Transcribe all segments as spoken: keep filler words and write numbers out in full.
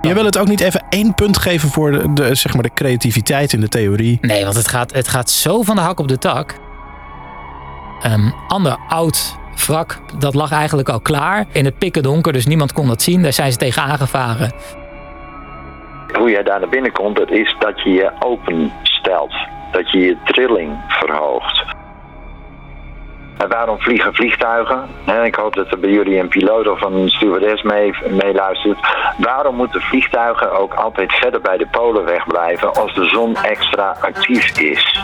Je wil het ook niet even één punt geven voor de, de, zeg maar de creativiteit in de theorie? Nee, want het gaat, het gaat zo van de hak op de tak. Een ander oud wrak, dat lag eigenlijk al klaar. In het pikken donker, dus niemand kon dat zien. Daar zijn ze tegen aangevaren. Hoe jij daar naar binnen komt, dat is dat je je openstelt. Dat je je trilling verhoogt. En waarom vliegen vliegtuigen? Ik hoop dat er bij jullie een piloot of een stewardess mee, meeluistert. Waarom moeten vliegtuigen ook altijd verder bij de polen wegblijven als de zon extra actief is?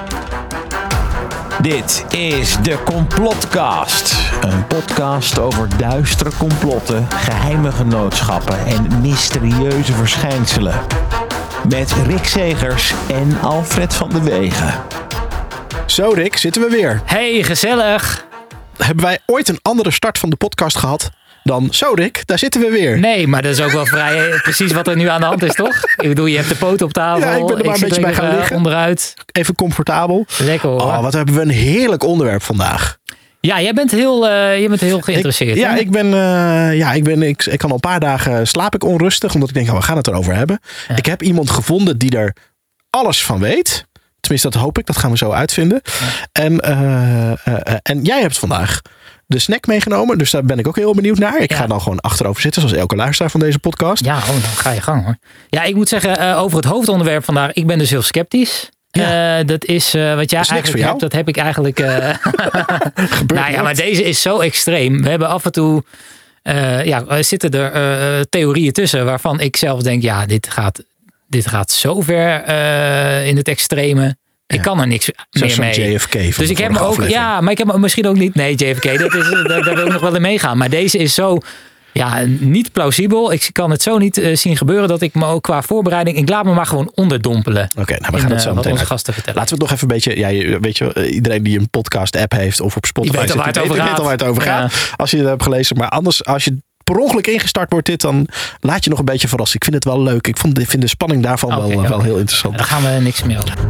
Dit is de Complotcast. Een podcast over duistere complotten, geheime genootschappen en mysterieuze verschijnselen. Met Rick Segers en Alfred van de Wegen. Zo Rick, zitten we weer. Hey, gezellig. Hebben wij ooit een andere start van de podcast gehad dan zo Rick, daar zitten we weer. Nee, maar dat is ook wel vrij precies wat er nu aan de hand is, toch? Ik bedoel, je hebt de poot op tafel. Ja, ik ben er maar een beetje bij gaan liggen. Onderuit. Even comfortabel. Lekker hoor. Oh, wat hebben we een heerlijk onderwerp vandaag. Ja, jij bent heel, uh, je bent heel geïnteresseerd. Ik, ja, ik ben, uh, ja, ik ben, ik, ik kan al een paar dagen slaap ik onrustig, omdat ik denk, oh, we gaan het erover hebben. Ja. Ik heb iemand gevonden die er alles van weet. Tenminste, dat hoop ik. Dat gaan we zo uitvinden. Ja. En, uh, uh, en jij hebt vandaag de snack meegenomen. Dus daar ben ik ook heel benieuwd naar. Ik ja. ga dan gewoon achterover zitten, zoals elke luisteraar van deze podcast. Ja, oh, dan ga je gang hoor. Ja, ik moet zeggen, uh, over het hoofdonderwerp vandaag. Ik ben dus heel sceptisch. Ja. Uh, dat is uh, wat jij is eigenlijk hebt. Dat heb ik eigenlijk... Uh... nou ja, maar deze is zo extreem. We hebben af en toe... Uh, ja, er zitten er uh, theorieën tussen waarvan ik zelf denk... Ja, dit gaat, dit gaat zo ver uh, in het extreme. Ik ja. kan er niks Zoals meer mee. J F K van dus ik heb me ook, ja, maar ik heb me misschien ook niet. Nee, J F K, dat is, daar, daar wil ik nog wel in meegaan. Maar deze is zo, ja, niet plausibel. Ik kan het zo niet uh, zien gebeuren dat ik me ook qua voorbereiding. Ik laat me maar gewoon onderdompelen. Oké, okay, nou we gaan het uh, zo meteen onze gasten vertellen. Laten we het nog even een beetje. Ja, weet je, iedereen die een podcast app heeft of op Spotify zit, die weet al waar het over gaat. Ja. Als je het hebt gelezen, maar anders als je per ongeluk ingestart wordt dit, dan laat je nog een beetje verrassen. Ik vind het wel leuk. Ik vond, ik vind de spanning daarvan okay, wel, okay. wel heel interessant. Daar gaan we niks meer over.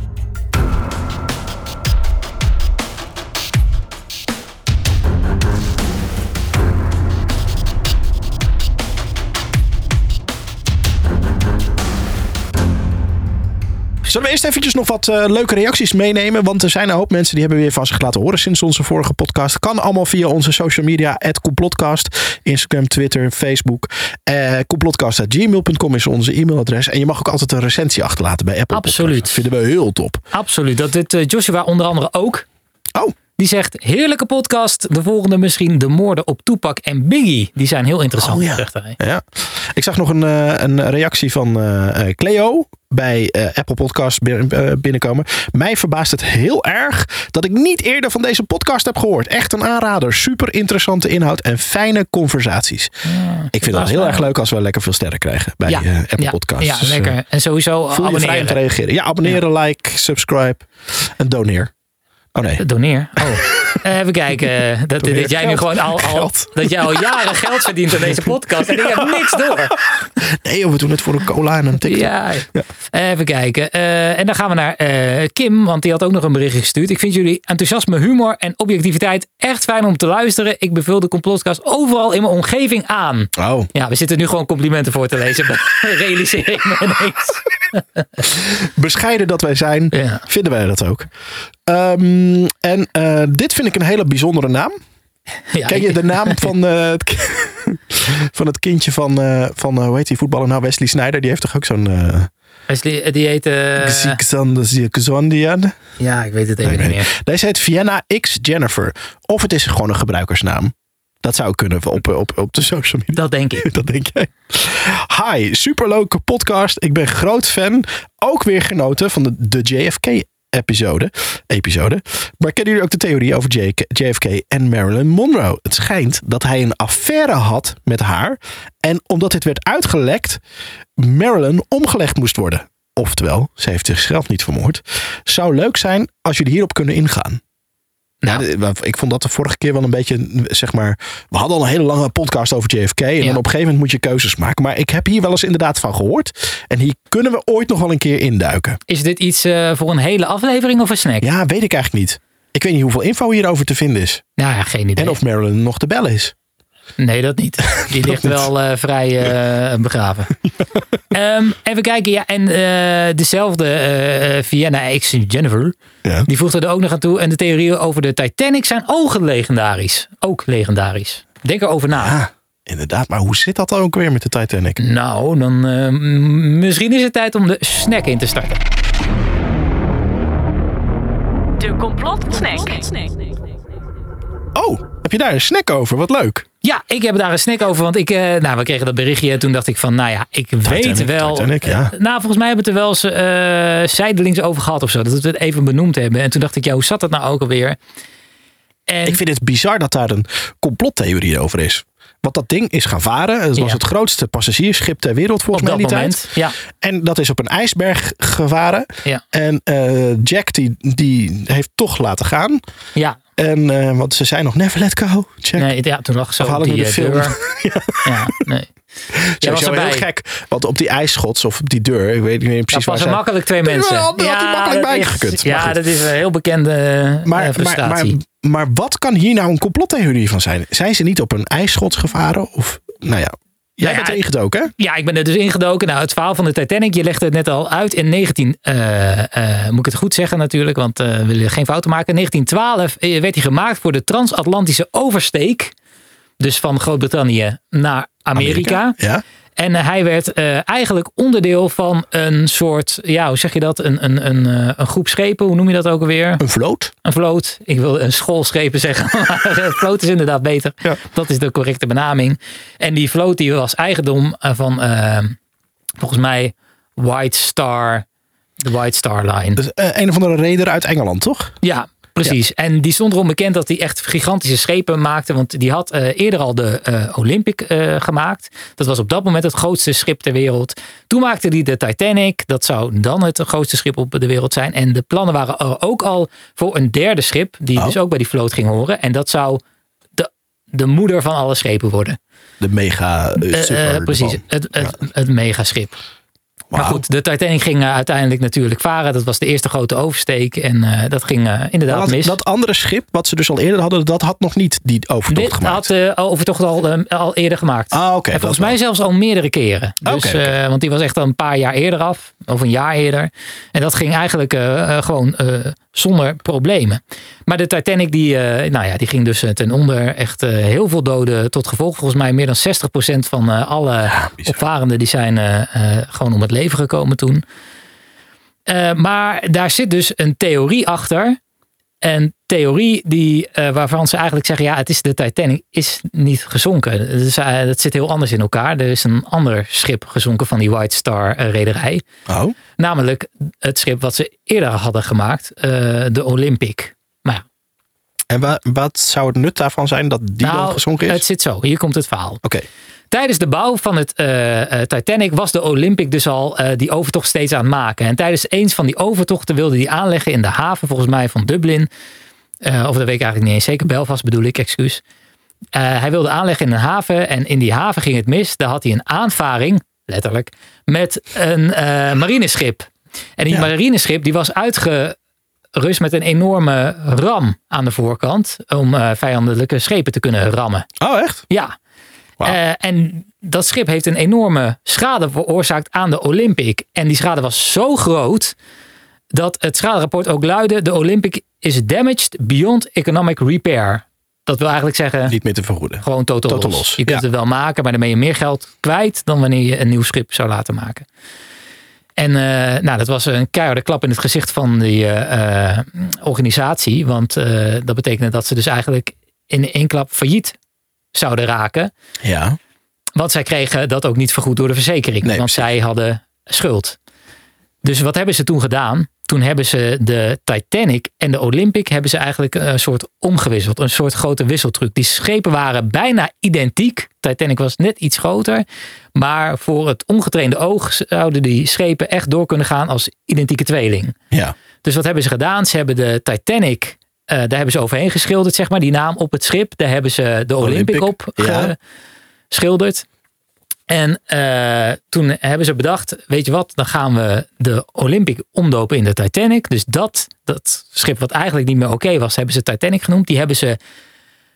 Zullen we eerst eventjes nog wat uh, leuke reacties meenemen? Want er zijn een hoop mensen die hebben weer van zich laten horen sinds onze vorige podcast. Kan allemaal via onze social media, at Complotcast. Instagram, Twitter, Facebook. Uh, complotcast at gmail punt com is onze e-mailadres. En je mag ook altijd een recensie achterlaten bij Apple Absoluut. Podcast. Dat vinden we heel top. Absoluut. Dat doet uh, Joshua onder andere ook. Oh. Die zegt, heerlijke podcast. De volgende misschien de moorden op Tupac en Biggie. Die zijn heel interessant. Oh, ja. Zegt hij. Ja. Ik zag nog een, uh, een reactie van uh, Cleo bij uh, Apple Podcast binnenkomen. Mij verbaast het heel erg dat ik niet eerder van deze podcast heb gehoord. Echt een aanrader. Super interessante inhoud en fijne conversaties. Ja, ik vind het heel erg leuk als we lekker veel sterren krijgen bij ja, uh, Apple ja, Podcasts. Ja, dus, lekker. Uh, en sowieso voel je abonneren. vrij om te reageren. Ja, abonneren, ja. like, subscribe en doneer. Oh nee. Doneer? Oh. Uh, even kijken. Dat, dat jij geld. nu gewoon al, al, dat jij al jaren geld verdient aan deze podcast. En ik heb niks door. Nee, joh, we doen het voor een cola en een TikTok. Ja. ja. Even kijken. Uh, en dan gaan we naar uh, Kim. Want die had ook nog een berichtje gestuurd. Ik vind jullie enthousiasme, humor en objectiviteit echt fijn om te luisteren. Ik beveel de complotcast overal in mijn omgeving aan. Oh. Ja, we zitten nu gewoon complimenten voor te lezen. Realiseer ik me ineens. Bescheiden dat wij zijn, ja. vinden wij dat ook. Um, en uh, dit vind ik een hele bijzondere naam. Ja, Ken je de naam van, uh, het, van het kindje van, uh, van uh, hoe heet die voetballer nou? Wesley Sneijder. Die heeft toch ook zo'n... Uh, Wesley, die heet... Uh... Ja, ik weet het even nee, niet meer. Deze heet Vienna X Jennifer. Of het is gewoon een gebruikersnaam. Dat zou kunnen op, op, op de social media. Dat denk ik. Dat denk jij. Hi, superleuke podcast. Ik ben groot fan. Ook weer genoten van de, de J F K episode. episode. Maar kennen jullie ook de theorie over J F K en Marilyn Monroe? Het schijnt dat hij een affaire had met haar. En omdat dit werd uitgelekt, Marilyn omgelegd moest worden. Oftewel, ze heeft zichzelf niet vermoord. Zou leuk zijn als jullie hierop kunnen ingaan. Nou. Ja, ik vond dat de vorige keer wel een beetje, zeg maar... We hadden al een hele lange podcast over J F K. En ja. dan op een gegeven moment moet je keuzes maken. Maar ik heb hier wel eens inderdaad van gehoord. En hier kunnen we ooit nog wel een keer induiken. Is dit iets uh, voor een hele aflevering of een snack? Ja, weet ik eigenlijk niet. Ik weet niet hoeveel info hierover te vinden is. Nou ja, geen idee. En of Marilyn nog te bellen is. Nee, dat niet. Die ligt wel uh, vrij uh, begraven. um, even kijken. Ja, en uh, dezelfde uh, Vienna X Jennifer. Ja. Die voegde er ook nog aan toe. En de theorieën over de Titanic zijn ook legendarisch. Ook legendarisch. Denk erover na. Ja, inderdaad. Maar hoe zit dat dan ook weer met de Titanic? Nou, dan uh, misschien is het tijd om de snack in te starten. De complotsnack. Oh, heb je daar een snack over? Wat leuk. Ja, ik heb daar een snack over. Want ik, uh, nou, we kregen dat berichtje. En toen dacht ik van, nou ja, ik Titanic, weet wel. Titanic, ja. uh, nou, volgens mij hebben we het er wel eens uh, zijdelings over gehad of zo. Dat we het even benoemd hebben. En toen dacht ik, ja, hoe zat dat nou ook alweer? En... Ik vind het bizar dat daar een complottheorie over is. Want dat ding is gaan varen. Het was ja. het grootste passagiersschip ter wereld volgens mij in die moment, tijd. Ja. En dat is op een ijsberg gevaren. Ja. En uh, Jack die, die heeft toch laten gaan. Ja. En uh, want ze zei nog never let go. Jack. Nee, ja, toen lag zo op die de film. deur. ja. ja, nee. Jij was heel gek. Want op die ijsschots of op die deur, ik weet niet meer precies waar. Dat was er makkelijk twee mensen. Ja, dat had hij makkelijk bijgekund. Ja, dat is een heel bekende maar, frustratie. Maar, maar, maar wat kan hier nou een complottheorie van zijn? Zijn ze niet op een ijsschot gevaren? Of, nou ja, jij nou bent ja, er ingedoken, hè? Ja, ik ben er dus ingedoken. Nou, het verhaal van de Titanic, je legde het net al uit. In negentien, uh, uh, moet ik het goed zeggen natuurlijk, want uh, we willen geen fouten maken. In negentien twaalf werd hij gemaakt voor de transatlantische oversteek. Dus van Groot-Brittannië naar Amerika. Amerika ja. En hij werd uh, eigenlijk onderdeel van een soort, ja, hoe zeg je dat? Een, een, een, een groep schepen, hoe noem je dat ook alweer? Een vloot? Een vloot. Ik wil een school schepen zeggen, maar een vloot is inderdaad beter. Ja. Dat is de correcte benaming. En die vloot die was eigendom van, uh, volgens mij, White Star, de White Star Line. Dus, uh, een of andere reder uit Engeland, toch? Ja. Precies. Ja. En die stond erom bekend dat hij echt gigantische schepen maakte. Want die had uh, eerder al de uh, Olympic uh, gemaakt. Dat was op dat moment het grootste schip ter wereld. Toen maakte hij de Titanic. Dat zou dan het grootste schip op de wereld zijn. En de plannen waren er ook al voor een derde schip. Die oh. dus ook bij die vloot ging horen. En dat zou de, de moeder van alle schepen worden. De mega uh, super. Uh, precies. Het, het, ja. het megaschip. Wow. Maar goed, de Titanic ging uh, uiteindelijk natuurlijk varen. Dat was de eerste grote oversteek. En uh, dat ging uh, inderdaad dat, mis. Dat andere schip, wat ze dus al eerder hadden, dat had nog niet die overtocht Dit gemaakt? had de uh, overtocht al, uh, al eerder gemaakt. Ah, okay, en volgens mij wel. zelfs al meerdere keren. Dus, okay, okay. Uh, want die was echt al een paar jaar eerder af. Of een jaar eerder. En dat ging eigenlijk uh, uh, gewoon uh, zonder problemen. Maar de Titanic die, uh, nou ja, die ging dus uh, ten onder. Echt uh, heel veel doden tot gevolg. Volgens mij meer dan zestig procent van uh, alle ja, opvarenden die zijn uh, uh, gewoon om het leven gekomen toen. Uh, maar daar zit dus een theorie achter. Een theorie die, uh, waarvan ze eigenlijk zeggen, ja, het is de Titanic is niet gezonken. Dus, uh, dat zit heel anders in elkaar. Er is een ander schip gezonken van die White Star uh, rederij. Oh. Namelijk het schip wat ze eerder hadden gemaakt, uh, de Olympic. Maar ja. En wa- wat zou het nut daarvan zijn dat die nou, dan gezonken is? Het zit zo, hier komt het verhaal. Oké. Okay. Tijdens de bouw van het uh, uh, Titanic was de Olympic dus al uh, die overtocht steeds aan het maken. En tijdens eens van die overtochten wilde hij aanleggen in de haven, volgens mij van Dublin. Uh, of dat weet ik eigenlijk niet eens zeker. Belfast bedoel ik, excuus. Uh, hij wilde aanleggen in een haven en in die haven ging het mis. Daar had hij een aanvaring, letterlijk, met een uh, marineschip. En die ja. marineschip die was uitgerust met een enorme ram aan de voorkant om uh, vijandelijke schepen te kunnen rammen. Oh, echt? Ja. Wow. Uh, en dat schip heeft een enorme schade veroorzaakt aan de Olympic. En die schade was zo groot dat het schaderapport ook luidde: de Olympic is damaged beyond economic repair. Dat wil eigenlijk zeggen, niet meer te vergoeden. Gewoon totaal, totaal los. los. Je kunt ja. het wel maken, maar dan ben je meer geld kwijt dan wanneer je een nieuw schip zou laten maken. En uh, nou, dat was een keiharde klap in het gezicht van die uh, organisatie. Want uh, dat betekende dat ze dus eigenlijk in één klap failliet zouden raken. Ja. Want zij kregen dat ook niet vergoed door de verzekering. Nee, want precies. zij hadden schuld. Dus wat hebben ze toen gedaan? Toen hebben ze de Titanic en de Olympic hebben ze eigenlijk een soort omgewisseld. Een soort grote wisseltruc. Die schepen waren bijna identiek. Titanic was net iets groter. Maar voor het ongetrainde oog zouden die schepen echt door kunnen gaan als identieke tweeling. Ja. Dus wat hebben ze gedaan? Ze hebben de Titanic, uh, daar hebben ze overheen geschilderd, zeg maar, die naam op het schip. Daar hebben ze de Olympic, Olympic op ja. geschilderd. En uh, toen hebben ze bedacht, weet je wat, dan gaan we de Olympic omdopen in de Titanic. Dus dat, dat schip wat eigenlijk niet meer oké was, hebben ze Titanic genoemd. Die hebben ze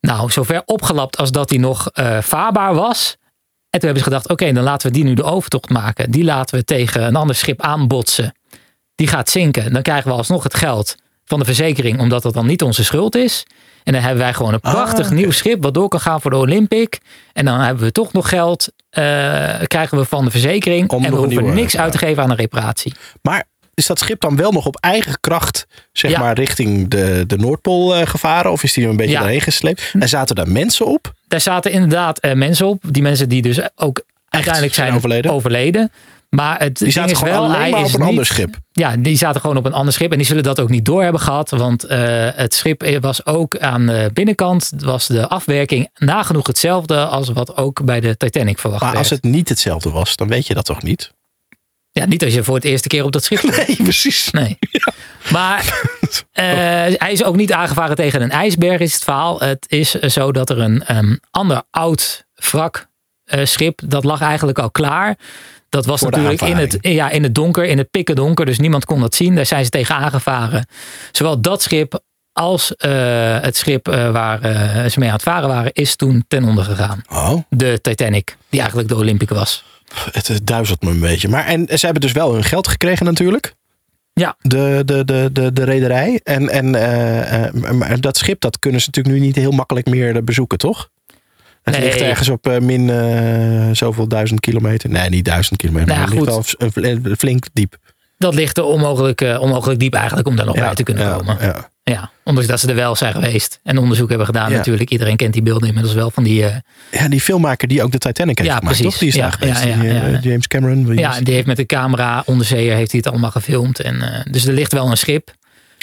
Nou, zover opgelapt als dat hij nog uh, vaarbaar was. En toen hebben ze gedacht, oké, okay, dan laten we die nu de overtocht maken. Die laten we tegen een ander schip aanbotsen. Die gaat zinken. Dan krijgen we alsnog het geld van de verzekering, omdat dat dan niet onze schuld is. En dan hebben wij gewoon een prachtig ah, okay. nieuw schip wat door kan gaan voor de Olympic. En dan hebben we toch nog geld, uh, krijgen we van de verzekering. Om en we hoeven nieuwe, niks ja. uit te geven aan een reparatie. Maar is dat schip dan wel nog op eigen kracht, zeg ja. maar, richting de, de Noordpool uh, gevaren? Of is die een beetje ja. daarheen gesleept? En zaten daar mensen op? Daar zaten inderdaad uh, mensen op. Die mensen die dus ook Echt? uiteindelijk zijn, zijn overleden. overleden. Maar het die zaten ding is gewoon wel, alleen hij maar op is een niet, ander schip. Ja, die zaten gewoon op een ander schip. En die zullen dat ook niet door hebben gehad. Want uh, het schip was ook aan de binnenkant. Was de afwerking nagenoeg hetzelfde als wat ook bij de Titanic verwacht werd. Maar als werd. het niet hetzelfde was, dan weet je dat toch niet? Ja, niet als je voor het eerste keer op dat schip bent. Nee, precies. Nee. Ja. Maar uh, hij is ook niet aangevaren tegen een ijsberg, is het verhaal. Het is zo dat er een um, ander oud wrak uh, schip, dat lag eigenlijk al klaar. Dat was voor natuurlijk in het, ja, in het donker, in het pikken donker. Dus niemand kon dat zien. Daar zijn ze tegen aangevaren. Zowel dat schip als uh, het schip uh, waar uh, ze mee aan het varen waren, is toen ten onder gegaan. Oh. De Titanic, die eigenlijk de Olympic was. Het duizelt me een beetje. Maar en ze hebben dus wel hun geld gekregen natuurlijk. Ja. De, de, de, de, de rederij. En, en uh, uh, maar dat schip, dat kunnen ze natuurlijk nu niet heel makkelijk meer bezoeken, toch? Het nee. ligt ergens op uh, min uh, zoveel duizend kilometer. Nee, niet duizend kilometer. Nou, maar het ligt al een, flink diep. Dat ligt er onmogelijk, uh, onmogelijk diep eigenlijk om daar nog ja, bij te kunnen ja, komen. Ja. Ja, ondanks dat ze er wel zijn geweest. En onderzoek hebben gedaan ja. natuurlijk. Iedereen kent die beelden inmiddels wel van die... Uh... Ja, die filmmaker die ook de Titanic heeft ja, gemaakt, precies. toch? Die is ja, daar geweest. Ja, ja, die, ja, ja. Uh, James Cameron. Ja, die heeft met de camera onderzeeër heeft hij het allemaal gefilmd. En, uh, dus er ligt wel een schip.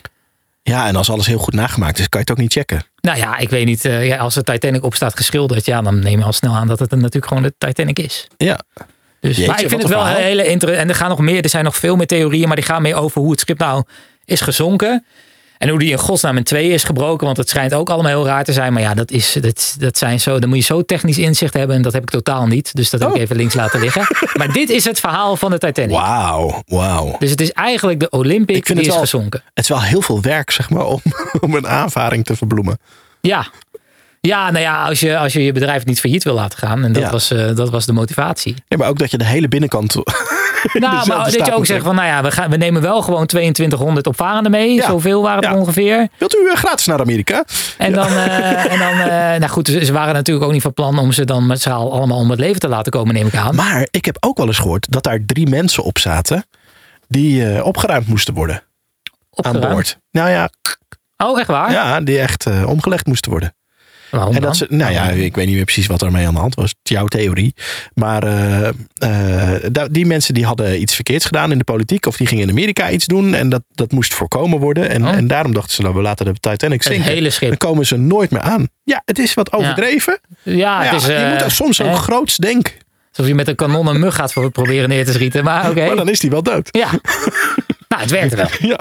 Ja, en als alles heel goed nagemaakt is, kan je het ook niet checken. Nou ja, ik weet niet. Uh, ja, als de Titanic op staat geschilderd, ja, dan neem je al snel aan dat het natuurlijk gewoon de Titanic is. Ja. Dus, Jeetje, maar ik vind het wel een hele interessant. En er gaan nog meer, er zijn nog veel meer theorieën, maar die gaan meer over hoe het schip nou is gezonken. En hoe die in godsnaam in tweeën is gebroken. Want het schijnt ook allemaal heel raar te zijn. Maar ja, dat is, dat, dat zijn zo, dan moet je zo technisch inzicht hebben. En dat heb ik totaal niet. Dus dat heb oh. ik even links laten liggen. Maar dit is het verhaal van de Titanic. Wauw, wauw. Dus het is eigenlijk de Olympic die is wel, gezonken. Het is wel heel veel werk, zeg maar, om, om een aanvaring te verbloemen. Ja. Ja, nou ja, als je als je, je bedrijf niet failliet wil laten gaan. En dat, ja. was, uh, dat was de motivatie. Ja, maar ook dat je de hele binnenkant... Nou, maar dat je ook zegt van, nou ja, we, gaan, we nemen wel gewoon tweeëntwintighonderd opvarenden mee. Ja. Zoveel waren het ja. ongeveer. Wilt u uh, gratis naar Amerika? En ja. dan, uh, en dan uh, nou goed, ze waren natuurlijk ook niet van plan om ze dan met z'n allen allemaal om het leven te laten komen, neem ik aan. Maar ik heb ook wel eens gehoord dat daar drie mensen op zaten die uh, opgeruimd moesten worden. Opgeruimd? Aan boord. Nou ja. Oh, echt waar? Ja, die echt uh, omgelegd moesten worden. Waarom en dat ze, nou ja, ik weet niet meer precies wat ermee aan de hand was. Het is jouw theorie. Maar uh, uh, die mensen die hadden iets verkeerds gedaan in de politiek. Of die gingen in Amerika iets doen. En dat, dat moest voorkomen worden. En, oh. en daarom dachten ze, nou, we laten de Titanic zinken. Het hele schip. Dan komen ze nooit meer aan. Ja, het is wat overdreven. Ja, ja, ja het is, uh, je moet ook soms zo eh, groots denken. Alsof je met een kanon een mug gaat voor proberen neer te schieten. Maar oké. Okay. Maar dan is die wel dood. Ja. Nou, het werkte wel. Ja.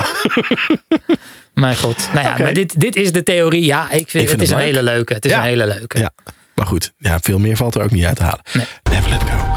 Mijn god. Nou ja, okay. maar dit, dit is de theorie. Ja, ik vind, ik vind het is het een hele leuke. Het is ja. een hele leuke. Ja, maar goed. Ja, veel meer valt er ook niet uit te halen. Nee. Never let go.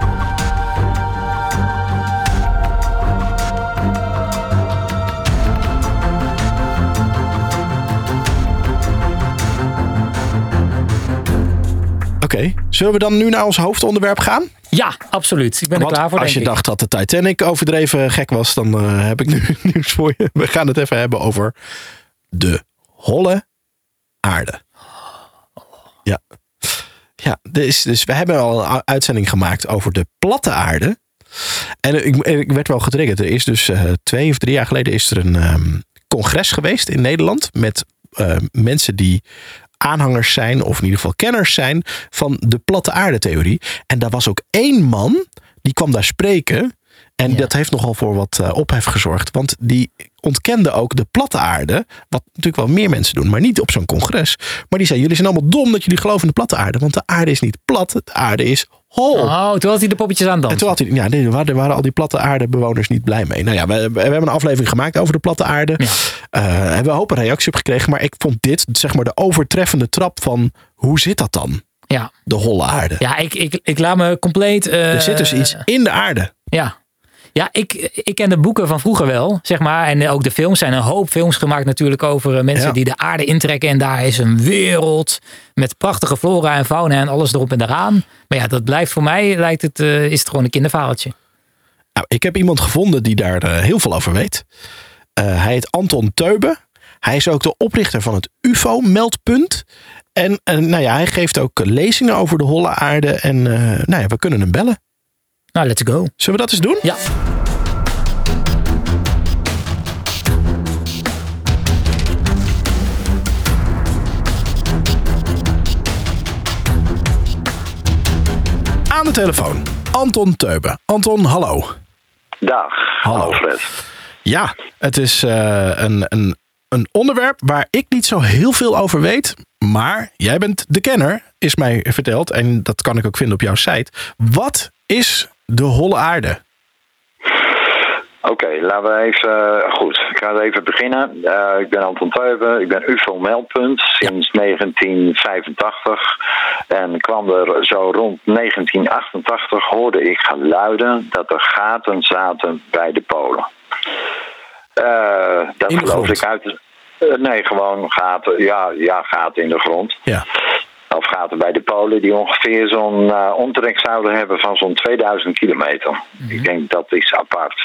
Oké, okay. Zullen we dan nu naar ons hoofdonderwerp gaan? Ja, absoluut. Ik ben Want er klaar voor. Als je ik. dacht dat de Titanic overdreven gek was, dan uh, heb ik nu nieuws voor je. We gaan het even hebben over de holle aarde. Ja, ja dus, dus we hebben al een uitzending gemaakt over de platte aarde. En ik, ik werd wel getriggerd. Er is dus uh, twee of drie jaar geleden is er een um, congres geweest in Nederland met uh, mensen die aanhangers zijn, of in ieder geval kenners zijn, van de platte aarde theorie. En daar was ook één man, die kwam daar spreken. En ja. dat heeft nogal voor wat uh, ophef gezorgd. Want die ontkende ook de platte aarde. Wat natuurlijk wel meer mensen doen, maar niet op zo'n congres. Maar die zei, jullie zijn allemaal dom dat jullie geloven in de platte aarde. Want de aarde is niet plat, de aarde is hol. Oh, toen had hij de poppetjes aan dansen. En toen had hij, ja, nee, daar waren, waren al die platte aardebewoners niet blij mee. Nou ja, we, we hebben een aflevering gemaakt over de platte aarde. Ja. Uh, en we hopen een reactie op gekregen. Maar ik vond dit, zeg maar, de overtreffende trap van, hoe zit dat dan? Ja. De holle aarde. Ja, ik, ik, ik laat me compleet... Uh, er zit dus iets in de aarde. Ja. Ja, ik, ik ken de boeken van vroeger wel, zeg maar. En ook de films zijn een hoop films gemaakt natuurlijk over mensen ja. die de aarde intrekken. En daar is een wereld met prachtige flora en fauna en alles erop en eraan. Maar ja, dat blijft voor mij, lijkt het, uh, is het gewoon een kinderverhaaltje. Nou, ik heb iemand gevonden die daar uh, heel veel over weet. Uh, hij heet Anton Teube. Hij is ook de oprichter van het U F O-meldpunt. En uh, nou ja, hij geeft ook lezingen over de holle aarde. En uh, nou ja, we kunnen hem bellen. Nou, let's go. Zullen we dat eens doen? Ja. Aan de telefoon, Anton Teube. Anton, hallo. Dag, hallo Alfred. Ja, het is uh, een, een, een onderwerp waar ik niet zo heel veel over weet. Maar jij bent de kenner, is mij verteld. En dat kan ik ook vinden op jouw site. Wat is de holle aarde? Oké, okay, laten we even... Uh, goed, ik ga even beginnen. Uh, ik ben Anton Teube, ik ben U F O-meldpunt sinds negentien vijfentachtig. En kwam er zo rond negentien achtentachtig, hoorde ik geluiden dat er gaten zaten bij de polen. Uh, dat geloofde ik uit... Uh, nee, gewoon gaten, ja, ja, gaten in de grond. Ja. Of gaten bij de polen die ongeveer zo'n uh, omtrek zouden hebben van zo'n tweeduizend kilometer. Mm-hmm. Ik denk dat is apart.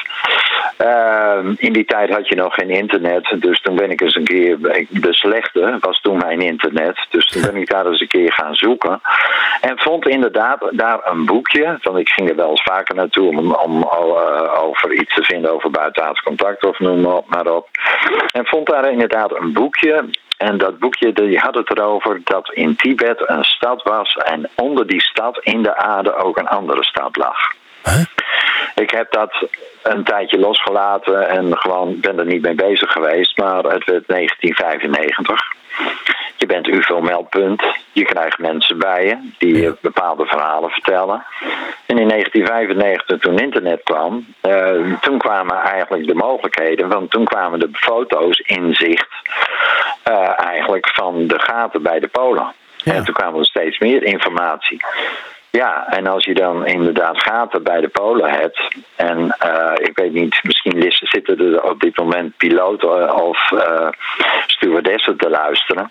Uh, in die tijd had je nog geen internet, dus toen ben ik eens een keer, de slechte was toen mijn internet, dus toen ben ik daar eens een keer gaan zoeken. En vond inderdaad daar een boekje, want ik ging er wel eens vaker naartoe om, om uh, over iets te vinden over buitenaards contact of noem maar op. En vond daar inderdaad een boekje. En dat boekje, die had het erover dat in Tibet een stad was en onder die stad in de aarde ook een andere stad lag. Huh? Ik heb dat een tijdje losgelaten en gewoon ben er niet mee bezig geweest, maar het werd negentien vijfennegentig. Je bent U F O-meldpunt, je krijgt mensen bij je die je bepaalde verhalen vertellen. En in negentien vijfennegentig, toen internet kwam, uh, toen kwamen eigenlijk de mogelijkheden, want toen kwamen de foto's in zicht uh, eigenlijk van de gaten bij de polen. Ja. En toen kwam er steeds meer informatie. Ja, en als je dan inderdaad gaten bij de polen hebt, en uh, ik weet niet, misschien zitten er op dit moment piloten of uh, stewardessen te luisteren.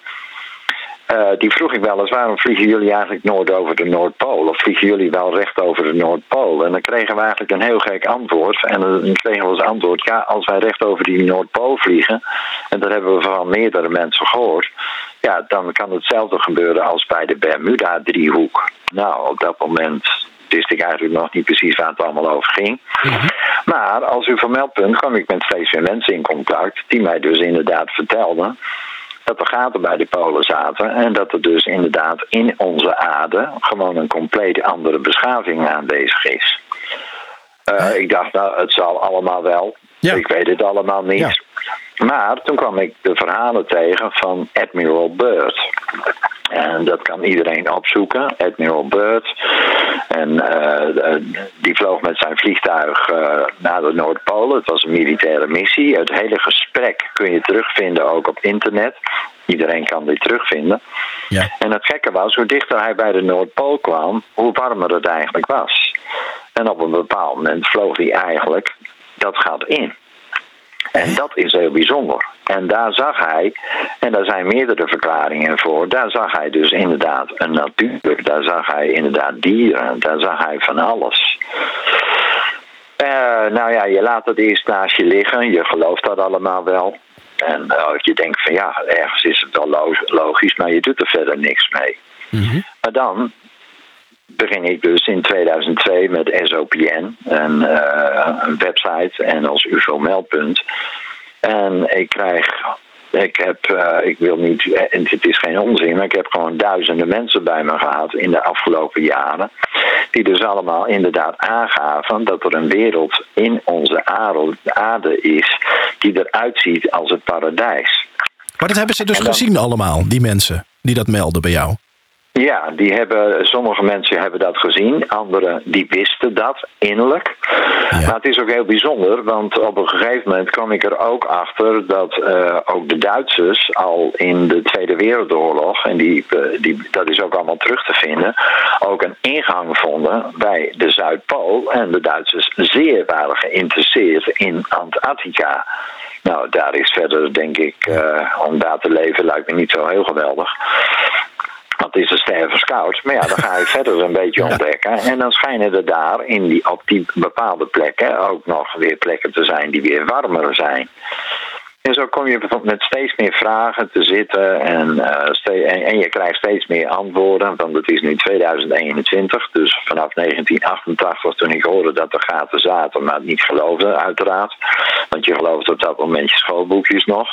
Uh, die vroeg ik wel eens, waarom vliegen jullie eigenlijk nooit over de Noordpool? Of vliegen jullie wel recht over de Noordpool? En dan kregen we eigenlijk een heel gek antwoord. En dan kregen we als antwoord, ja, als wij recht over die Noordpool vliegen, en dat hebben we van meerdere mensen gehoord, ja, dan kan hetzelfde gebeuren als bij de Bermuda-driehoek. Nou, op dat moment wist ik eigenlijk nog niet precies waar het allemaal over ging. Mm-hmm. Maar als U F O-meldpunt kwam ik met steeds meer mensen in contact, die mij dus inderdaad vertelden dat er gaten bij de polen zaten en dat er dus inderdaad in onze aarde gewoon een compleet andere beschaving aanwezig is. Uh, ik dacht, nou, het zal allemaal wel. Ja. Ik weet het allemaal niet. Ja. Maar toen kwam ik de verhalen tegen van Admiral Byrd. En dat kan iedereen opzoeken, Admiral Byrd. En uh, die vloog met zijn vliegtuig uh, naar de Noordpool. Het was een militaire missie. Het hele gesprek kun je terugvinden ook op internet. Iedereen kan dit terugvinden. Ja. En het gekke was, hoe dichter hij bij de Noordpool kwam, hoe warmer het eigenlijk was. En op een bepaald moment vloog hij eigenlijk dat gat in. En dat is heel bijzonder. En daar zag hij, en daar zijn meerdere verklaringen voor, daar zag hij dus inderdaad een natuur, daar zag hij inderdaad dieren, daar zag hij van alles. Uh, nou ja, je laat het eerst naast je liggen, je gelooft dat allemaal wel. En uh, je denkt van ja, ergens is het wel logisch, maar je doet er verder niks mee. Mm-hmm. Maar dan begin ik dus in tweeduizend twee met S O P N, een, uh, een website en als U F O-meldpunt. En ik krijg, ik heb, uh, ik wil niet, en het is geen onzin, maar ik heb gewoon duizenden mensen bij me gehad in de afgelopen jaren. Die dus allemaal inderdaad aangaven dat er een wereld in onze aarde, aarde is die eruit ziet als het paradijs. Maar dat hebben ze dus dan gezien allemaal, die mensen die dat melden bij jou? Ja, die hebben, sommige mensen hebben dat gezien. Anderen die wisten dat innerlijk. Ja. Maar het is ook heel bijzonder. Want op een gegeven moment kwam ik er ook achter dat uh, ook de Duitsers al in de Tweede Wereldoorlog, en die, uh, die, dat is ook allemaal terug te vinden, ook een ingang vonden bij de Zuidpool. En de Duitsers zeer waren geïnteresseerd in Antarctica. Nou, daar is verder, denk ik, uh, om daar te leven lijkt me niet zo heel geweldig. Want het is een stervenskoud. Maar ja, dan ga je verder een beetje ontdekken. En dan schijnen er daar in die, op die bepaalde plekken ook nog weer plekken te zijn die weer warmer zijn. En zo kom je met steeds meer vragen te zitten en, uh, ste- en, en je krijgt steeds meer antwoorden. Want het is nu tweeduizend eenentwintig, dus vanaf negentien achtentachtig toen ik hoorde dat er gaten zaten, maar het niet geloofde uiteraard. Want je gelooft op dat moment je schoolboekjes nog.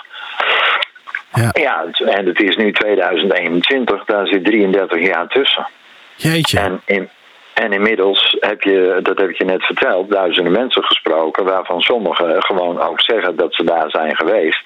Ja. ja, en het is nu tweeduizend eenentwintig, daar zit drieëndertig jaar tussen. Jeetje. En, in, en inmiddels heb je, dat heb ik je net verteld, duizenden mensen gesproken, waarvan sommigen gewoon ook zeggen dat ze daar zijn geweest.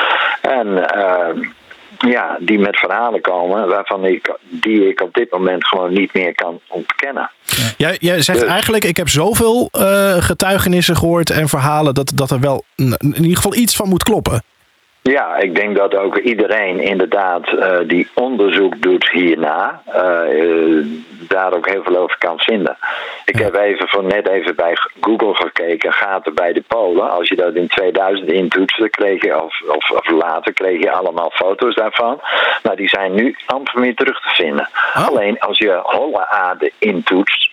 En uh, ja, die met verhalen komen waarvan ik, die ik op dit moment gewoon niet meer kan ontkennen. Jij, jij zegt dus eigenlijk, ik heb zoveel uh, getuigenissen gehoord en verhalen dat, dat er wel in ieder geval iets van moet kloppen. Ja, ik denk dat ook iedereen inderdaad uh, die onderzoek doet hierna, uh, uh, daar ook heel veel over kan vinden. Ik ja. heb even voor net even bij Google gekeken, gaten bij de Polen. Als je dat in tweeduizend intoetste, kreeg je, of, of, of later kreeg je allemaal foto's daarvan. Maar die zijn nu amper meer terug te vinden. Oh. Alleen als je holle aarde intoetst,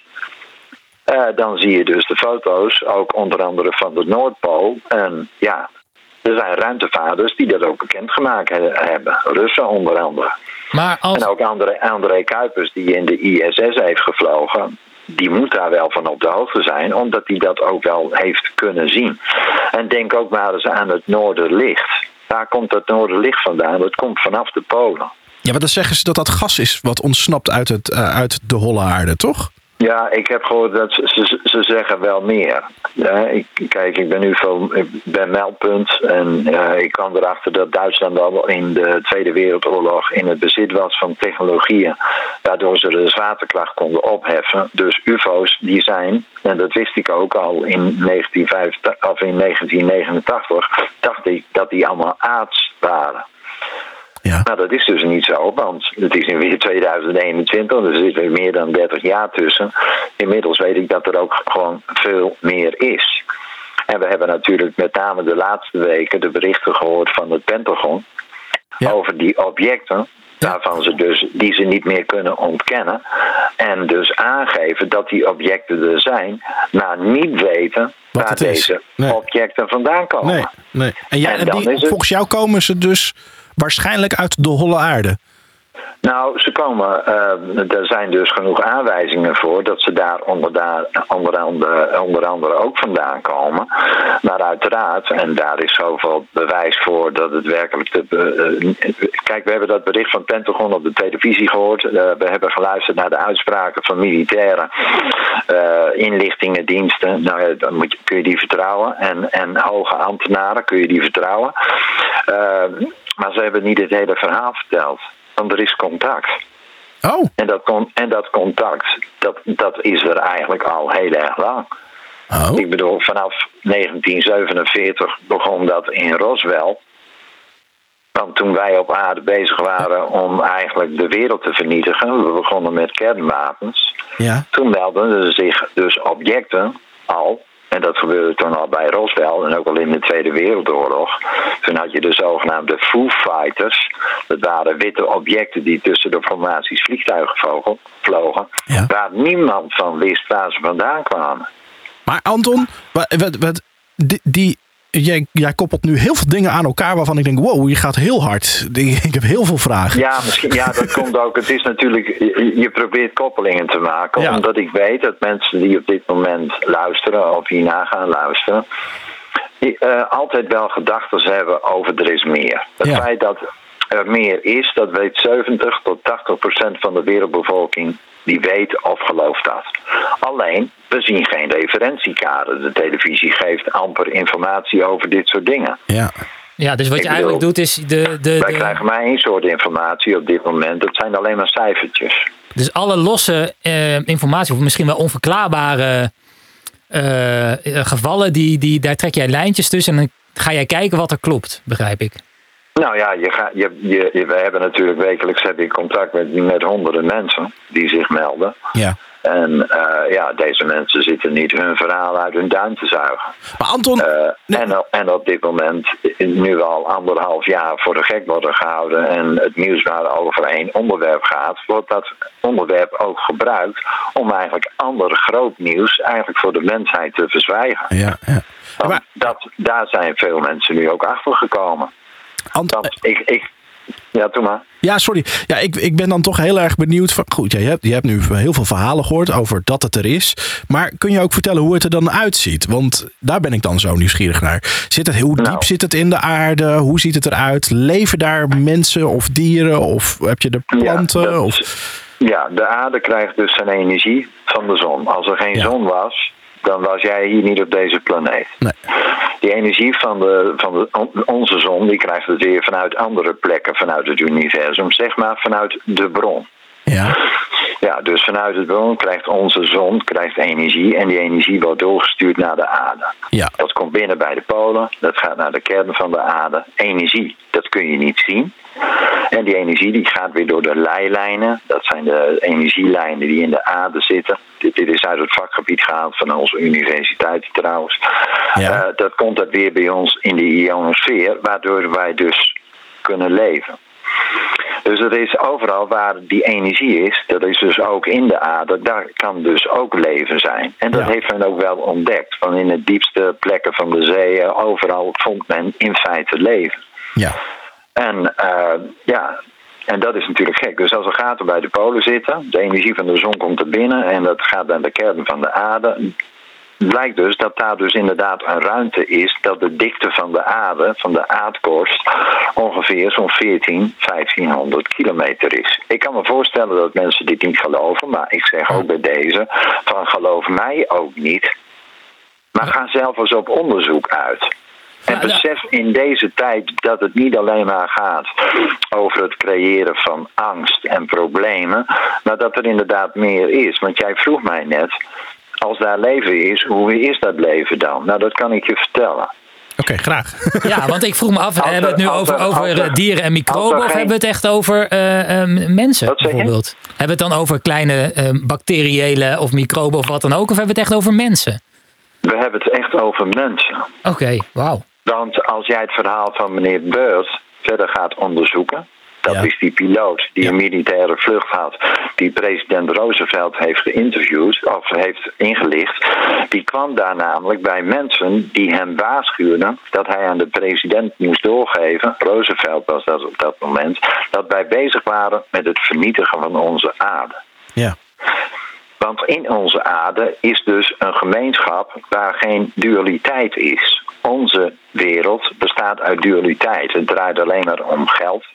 uh, dan zie je dus de foto's, ook onder andere van de Noordpool. En ja, er zijn ruimtevaarders die dat ook bekendgemaakt hebben. Russen onder andere. Maar als... En ook André, André Kuipers, die in de I S S heeft gevlogen, die moet daar wel van op de hoogte zijn, omdat hij dat ook wel heeft kunnen zien. En denk ook maar eens aan het Noorderlicht. Daar komt het Noorderlicht vandaan. Dat komt vanaf de Polen. Ja, maar dan zeggen ze dat dat gas is wat ontsnapt uit, het, uh, uit de holle aarde, toch? Ja, ik heb gehoord dat ze, ze, ze zeggen wel meer. Ja, ik, kijk, ik ben nu van, ik ben meldpunt en uh, ik kwam erachter dat Duitsland al in de Tweede Wereldoorlog in het bezit was van technologieën waardoor ze de zwaartekracht konden opheffen. Dus U F O's die zijn, en dat wist ik ook al in negentien vijfentachtig, of in negentien negenentachtig, dacht ik dat die allemaal aards waren. Ja. Nou, dat is dus niet zo, want het is nu weer tweeduizend eenentwintig, er zit weer meer dan dertig jaar tussen. Inmiddels weet ik dat er ook gewoon veel meer is. En we hebben natuurlijk met name de laatste weken de berichten gehoord van het Pentagon, ja, over die objecten, waarvan ze dus, die ze niet meer kunnen ontkennen. En dus aangeven dat die objecten er zijn, maar niet weten wat waar deze nee. objecten vandaan komen. Nee, nee. En, jij, en, en die, het... volgens jou komen ze dus waarschijnlijk uit de holle aarde. Nou, ze komen, uh, er zijn dus genoeg aanwijzingen voor dat ze daar onder, daar onder, andere, onder andere ook vandaan komen. Maar uiteraard, en daar is zoveel bewijs voor dat het werkelijk... Te, uh, kijk, we hebben dat bericht van Pentagon op de televisie gehoord. Uh, we hebben geluisterd naar de uitspraken van militairen, uh, inlichtingendiensten. Nou ja, dan moet je, kun je die vertrouwen. En, en hoge ambtenaren, kun je die vertrouwen. Uh, maar ze hebben niet het hele verhaal verteld. Want er is contact. Oh. En dat, con- en dat contact, dat, dat is er eigenlijk al heel erg lang. Oh. Ik bedoel, vanaf negentien zevenenveertig begon dat in Roswell. Want toen wij op aarde bezig waren om eigenlijk de wereld te vernietigen, we begonnen met kernwapens. Ja. Toen melden er zich dus objecten al. En dat gebeurde toen al bij Roswell en ook al in de Tweede Wereldoorlog. Toen had je de zogenaamde Foo Fighters. Dat waren witte objecten die tussen de formaties vliegtuigen vlogen. Ja. Waar niemand van wist waar ze vandaan kwamen. Maar Anton, wat, wat, wat, die, die, jij, jij koppelt nu heel veel dingen aan elkaar waarvan ik denk, wow, je gaat heel hard. Ik heb heel veel vragen. Ja, misschien, ja, dat komt ook. Het is natuurlijk, je, je probeert koppelingen te maken. Ja. Omdat ik weet dat mensen die op dit moment luisteren of hierna gaan luisteren, die, uh, altijd wel gedachten hebben over er is meer. Het ja. feit dat er meer is, dat weet zeventig tot tachtig procent van de wereldbevolking. Die weet of gelooft dat. Alleen, we zien geen referentiekader. De televisie geeft amper informatie over dit soort dingen. Ja. Ja, dus wat je Ik eigenlijk bedoel, doet is... De, de, Wij de, krijgen maar één soort informatie op dit moment. Dat zijn alleen maar cijfertjes. Dus alle losse uh, informatie, of misschien wel onverklaarbare uh, gevallen, die, die, daar trek jij lijntjes tussen en dan ga jij kijken wat er klopt, begrijp ik. Nou ja, je ga, je, je, je, we hebben natuurlijk wekelijks heb ik contact met, met honderden mensen die zich melden. Ja. En uh, ja, deze mensen zitten niet hun verhaal uit hun duim te zuigen. Maar Anton... Uh, nee. en, en op dit moment, nu al anderhalf jaar voor de gek worden gehouden en het nieuws maar over één onderwerp gaat, wordt dat onderwerp ook gebruikt om eigenlijk ander groot nieuws eigenlijk voor de mensheid te verzwijgen. Ja, ja. Want Maar- dat, daar zijn veel mensen nu ook achter gekomen. Anton, Dat, ik, ik, ja, doe maar. Ja, sorry. Ja, ik, ik ben dan toch heel erg benieuwd. Van, goed, ja, je, hebt, je hebt nu heel veel verhalen gehoord over dat het er is. Maar kun je ook vertellen hoe het er dan uitziet? Want daar ben ik dan zo nieuwsgierig naar. Zit het, hoe diep Nou. zit het in de aarde? Hoe ziet het eruit? Leven daar mensen of dieren? Of heb je er planten? Ja, dat- of... ja, de aarde krijgt dus zijn energie van de zon. Als er geen Ja. zon was, dan was jij hier niet op deze planeet. Nee. Die energie van, de, van de, on- onze zon, die krijgt het weer vanuit andere plekken vanuit het universum. Zeg maar vanuit de bron. Ja. Ja, dus vanuit het bron krijgt onze zon krijgt energie en die energie wordt doorgestuurd naar de aarde. Ja. Dat komt binnen bij de polen, dat gaat naar de kern van de aarde. Energie, dat kun je niet zien. En die energie die gaat weer door de leilijnen. Dat zijn de energielijnen die in de aarde zitten. Dit, dit is uit het vakgebied gehaald van onze universiteit trouwens. Ja. Uh, dat komt dat weer bij ons in de ionosfeer, waardoor wij dus kunnen leven. Dus er is overal waar die energie is, dat is dus ook in de aarde, daar kan dus ook leven zijn. En dat Ja. heeft men ook wel ontdekt. Van in de diepste plekken van de zeeën, overal vond men in feite leven. Ja. En uh, ja, en dat is natuurlijk gek. Dus als er gaten bij de polen zitten, de energie van de zon komt er binnen en dat gaat naar de kern van de aarde, blijkt dus dat daar dus inderdaad een ruimte is dat de dikte van de aarde, van de aardkorst, ongeveer zo'n veertien, vijftienhonderd kilometer is. Ik kan me voorstellen dat mensen dit niet geloven, maar ik zeg ook bij deze, van geloof mij ook niet. Maar ga zelf eens op onderzoek uit. En Ja, ja. besef in deze tijd dat het niet alleen maar gaat over het creëren van angst en problemen, maar dat er inderdaad meer is. Want jij vroeg mij net, als daar leven is, hoe is dat leven dan? Nou, dat kan ik je vertellen. Oké, graag. Ja, want ik vroeg me af, Als er- hebben we het nu als over, er- over als er- eh, dieren en als microben er of geen- hebben we het echt over uh, um, mensen Wat zeg je? bijvoorbeeld? Hebben we het dan over kleine um, bacteriële of microben of wat dan ook? Of hebben we het echt over mensen? We hebben het echt over mensen. Oké, okay, wauw. Want als jij het verhaal van meneer Byrd verder gaat onderzoeken, dat Ja. is die piloot die Ja. een militaire vlucht had, die president Roosevelt heeft geïnterviewd of heeft ingelicht, die kwam daar namelijk bij mensen die hem waarschuwden dat hij aan de president moest doorgeven, Roosevelt was dat op dat moment, dat wij bezig waren met het vernietigen van onze aarde. Ja. Want in onze aarde is dus een gemeenschap waar geen dualiteit is. Onze wereld bestaat uit dualiteit. Het draait alleen maar om geld.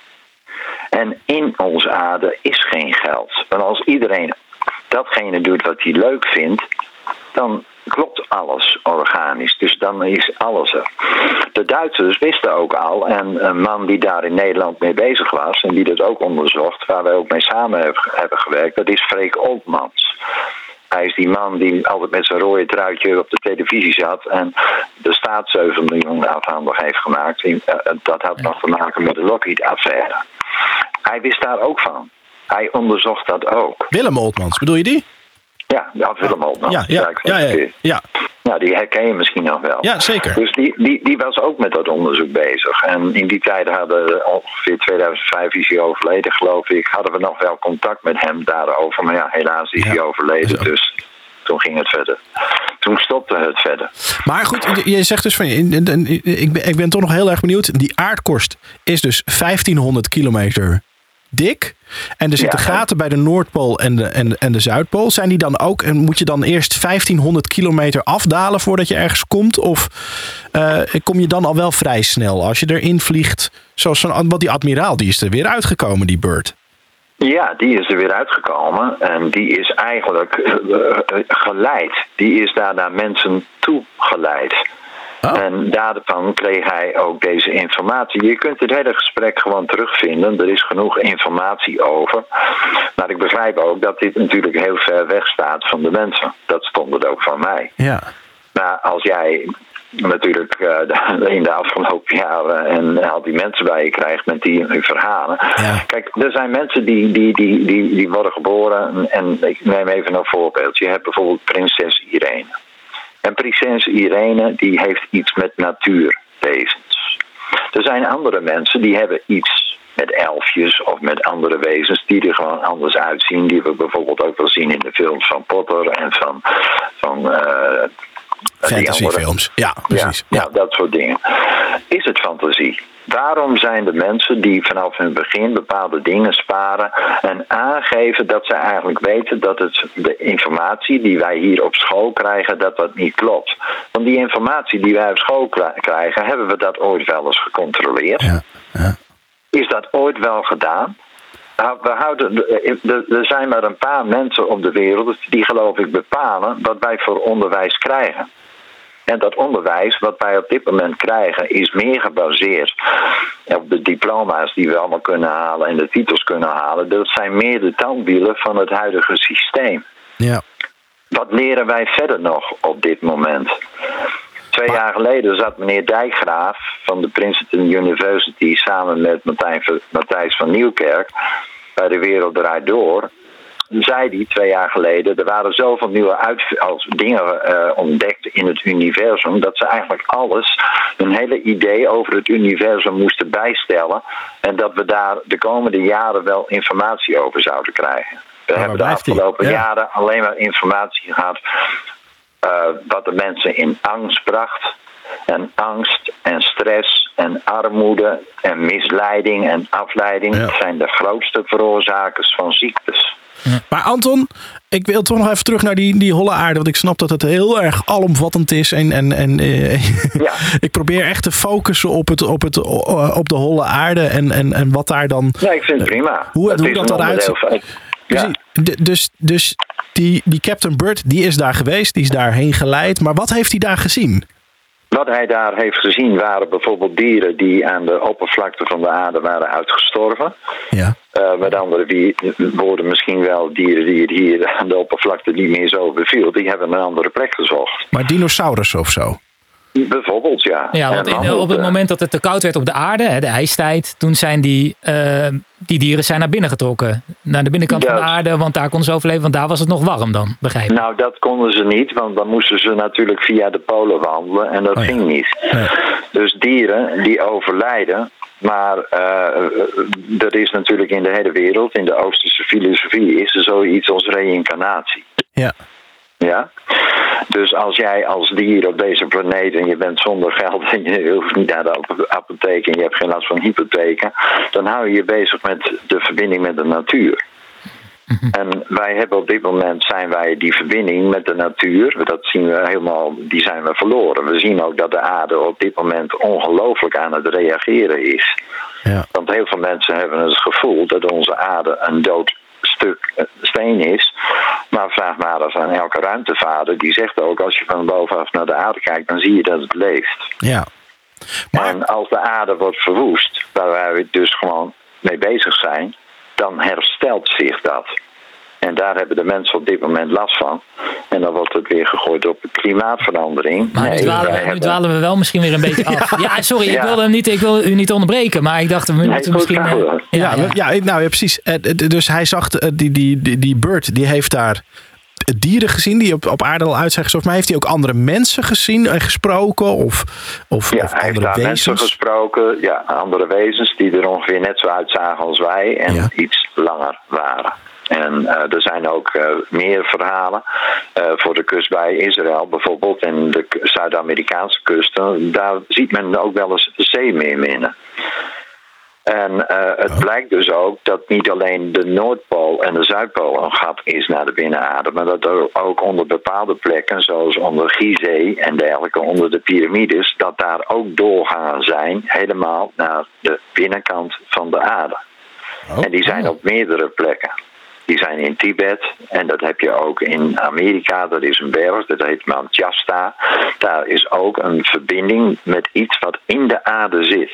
En in onze aarde is geen geld. Want als iedereen datgene doet wat hij leuk vindt, dan klopt alles organisch. Dus dan is alles er. De Duitsers wisten ook al, en een man die daar in Nederland mee bezig was en die dat ook onderzocht, waar wij ook mee samen hebben gewerkt, dat is Freek Oltmans. Hij is die man die altijd met zijn rode truitje op de televisie zat en de staat zeven miljoen afhandig heeft gemaakt. Dat had nog te maken met de Lockheed-affaire. Hij wist daar ook van. Hij onderzocht dat ook. Willem Oltmans, bedoel je die? Ja, ja Willem Oltmans. Ja, ja, ik ja, weet ja, het. ja. Ja, die herken je misschien nog wel. Ja, zeker. Dus die, die, die was ook met dat onderzoek bezig. En in die tijd hadden ongeveer tweeduizend vijf is hij overleden, geloof ik. Hadden we nog wel contact met hem daarover. Maar ja, helaas is Ja, hij overleden. is ook- Dus toen ging het verder. Toen stopte het verder. Maar goed, je zegt dus van, ik ben, ik ben toch nog heel erg benieuwd. Die aardkorst is dus vijftienhonderd kilometer dik. En er zitten Ja. gaten bij de Noordpool en de, en, en de Zuidpool. Zijn die dan ook, en moet je dan eerst vijftienhonderd kilometer afdalen voordat je ergens komt? Of uh, kom je dan al wel vrij snel als je erin vliegt? Zoals zo'n, want die admiraal, die is er weer uitgekomen, die Byrd. Ja, die is er weer uitgekomen. En die is eigenlijk uh, uh, geleid. Die is daar naar mensen toe geleid. Oh. En daarvan kreeg hij ook deze informatie. Je kunt het hele gesprek gewoon terugvinden. Er is genoeg informatie over. Maar ik begrijp ook dat dit natuurlijk heel ver weg staat van de mensen. Dat stond het ook van mij. Ja. Maar als jij natuurlijk uh, in de afgelopen jaren en al die mensen bij je krijgt met die verhalen. Ja. Kijk, er zijn mensen die, die, die, die, die worden geboren en ik neem even een voorbeeld. Je hebt bijvoorbeeld prinses Irene. En prinses Irene die heeft iets met natuurwezens. Er zijn andere mensen die hebben iets met elfjes of met andere wezens die er gewoon anders uitzien. Die we bijvoorbeeld ook wel zien in de films van Potter en van... van uh, fantasyfilms. Ja, precies. Ja, Ja. ja, dat soort dingen. Is het fantasie? Waarom zijn de mensen die vanaf hun begin bepaalde dingen sparen en aangeven dat ze eigenlijk weten dat het de informatie die wij hier op school krijgen, dat dat niet klopt? Want die informatie die wij op school krijgen, hebben we dat ooit wel eens gecontroleerd? Ja. Ja. Is dat ooit wel gedaan? We houden, er zijn maar een paar mensen op de wereld die geloof ik bepalen wat wij voor onderwijs krijgen. En dat onderwijs wat wij op dit moment krijgen is meer gebaseerd op de diploma's die we allemaal kunnen halen en de titels kunnen halen. Dat zijn meer de tandwielen van het huidige systeem. Ja. Wat leren wij verder nog op dit moment? Twee jaar geleden zat meneer Dijkgraaf van de Princeton University samen met Martijn, Matthijs van Nieuwkerk bij De Wereld Draait Door. Zei die twee jaar geleden, er waren zoveel nieuwe uit, als dingen uh, ontdekt in het universum, dat ze eigenlijk alles, een hele idee over het universum moesten bijstellen en dat we daar de komende jaren wel informatie over zouden krijgen. We Maar hebben de afgelopen ja. jaren alleen maar informatie gehad uh, wat de mensen in angst bracht. En angst en stress en armoede en misleiding en afleiding Ja. zijn de grootste veroorzakers van ziektes. Maar Anton, ik wil toch nog even terug naar die, die holle aarde. Want ik snap dat het heel erg alomvattend is. En, en, en eh, Ja. ik probeer echt te focussen op, het, op, het, op de holle aarde. En, en, en wat daar dan... Ja, ik vind het prima. Hoe, Het hoe is dat een eruit onderdeel ziet. van- Precies. Ja. D- Dus, dus die, die Captain Bird, die is daar geweest. Die is daarheen geleid. Maar wat heeft hij daar gezien? Wat hij daar heeft gezien waren bijvoorbeeld dieren die aan de oppervlakte van de aarde waren uitgestorven. Ja. Uh, met andere woorden misschien wel dieren die het hier aan de oppervlakte niet meer zo beviel. Die hebben een andere plek gezocht. Maar dinosaurus of zo? Bijvoorbeeld, ja. Ja, want En in, dan op het uh, moment dat het te koud werd op de aarde, hè, de ijstijd, toen zijn die, uh, die dieren zijn naar binnen getrokken. Naar de binnenkant Ja. van de aarde, want daar konden ze overleven, want daar was het nog warm dan, begrijp ik. Nou, dat konden ze niet, want dan moesten ze natuurlijk via de polen wandelen en dat Oh ja. ging niet. Nee. Dus dieren die overlijden, maar uh, er is natuurlijk in de hele wereld, in de Oosterse filosofie, is er zoiets als reïncarnatie. Ja. Ja? Dus als jij als dier op deze planeet en je bent zonder geld en je hoeft niet naar de apotheek en je hebt geen last van hypotheken, dan hou je je bezig met de verbinding met de natuur. En wij hebben op dit moment zijn wij die verbinding met de natuur, dat zien we helemaal, die zijn we verloren. We zien ook dat de aarde op dit moment ongelooflijk aan het reageren is. Ja. Want heel veel mensen hebben het gevoel dat onze aarde een dood stuk steen is. Maar vraag maar eens aan elke ruimtevader, die zegt ook, als je van bovenaf naar de aarde kijkt, dan zie je dat het leeft. Ja. Maar, En als de aarde wordt verwoest, waar wij dus gewoon mee bezig zijn, dan herstelt zich dat. En daar hebben de mensen op dit moment last van. En dan wordt het weer gegooid op klimaatverandering. Maar nu, Nee, dwalen wij we, nu hebben- dwalen we wel misschien weer een beetje af. Ja, sorry, ik Ja. wilde, hem niet, ik wilde u niet onderbreken, maar ik dacht, we Nee, moeten goed, misschien... ga eh, door. ja, ja, ja. ja. nou ja, precies. Eh, d- Dus hij zag eh, die, die, die, die Bird, die heeft daar dieren gezien die op, op aarde al uit zijn gestorven. Maar heeft hij ook andere mensen gezien en gesproken? Of, of, Ja, of hij heeft andere daar mensen wezens? gesproken, ja, andere wezens die er ongeveer net zo uitzagen als wij en Ja. iets langer waren. En uh, er zijn ook uh, meer verhalen uh, voor de kust bij Israël bijvoorbeeld en de k- Zuid-Amerikaanse kusten. Daar ziet men ook wel eens zeemeerminnen. En uh, het Oh. blijkt dus ook dat niet alleen de Noordpool en de Zuidpool een gat is naar de binnenaarde, maar dat er ook onder bepaalde plekken, zoals onder Gizeh en dergelijke, onder de piramides, dat daar ook doorgangen zijn, helemaal naar de binnenkant van de aarde. Oh. En die zijn op meerdere plekken. Die zijn in Tibet en dat heb je ook in Amerika. Dat is een berg, dat heet Mount Shasta. Daar is ook een verbinding met iets wat in de aarde zit.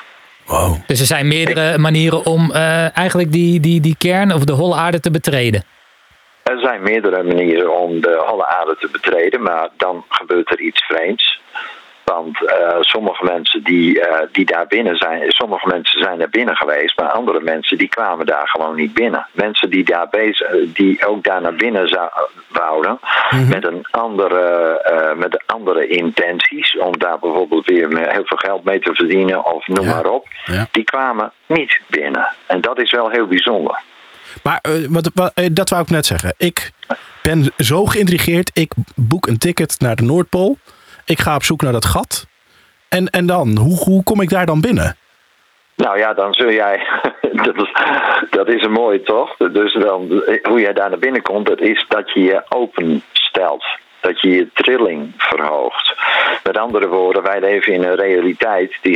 Wow. Dus er zijn meerdere manieren om uh, eigenlijk die, die, die kern of de holle aarde te betreden. Er zijn meerdere manieren om de holle aarde te betreden, maar dan gebeurt er iets vreemds. Want uh, sommige mensen die, uh, die daar binnen zijn, sommige mensen zijn er binnen geweest, maar andere mensen die kwamen daar gewoon niet binnen. Mensen die daar bezig, die ook daar naar binnen zou, wouden, mm-hmm. met een andere, uh, met andere intenties, om daar bijvoorbeeld weer heel veel geld mee te verdienen of noem ja. maar op, ja. die kwamen niet binnen. En dat is wel heel bijzonder. Maar uh, wat, wat, uh, dat wou ik net zeggen. Ik ben zo geïntrigeerd. Ik boek een ticket naar de Noordpool. Ik ga op zoek naar dat gat. En, en dan? Hoe, hoe kom ik daar dan binnen? Nou ja, dan zul jij... dat, is, dat is een mooie, toch? Dus dan, hoe jij daar naar binnen komt, dat is dat je je openstelt. Dat je je trilling verhoogt. Met andere woorden, wij leven in een realiteit, die,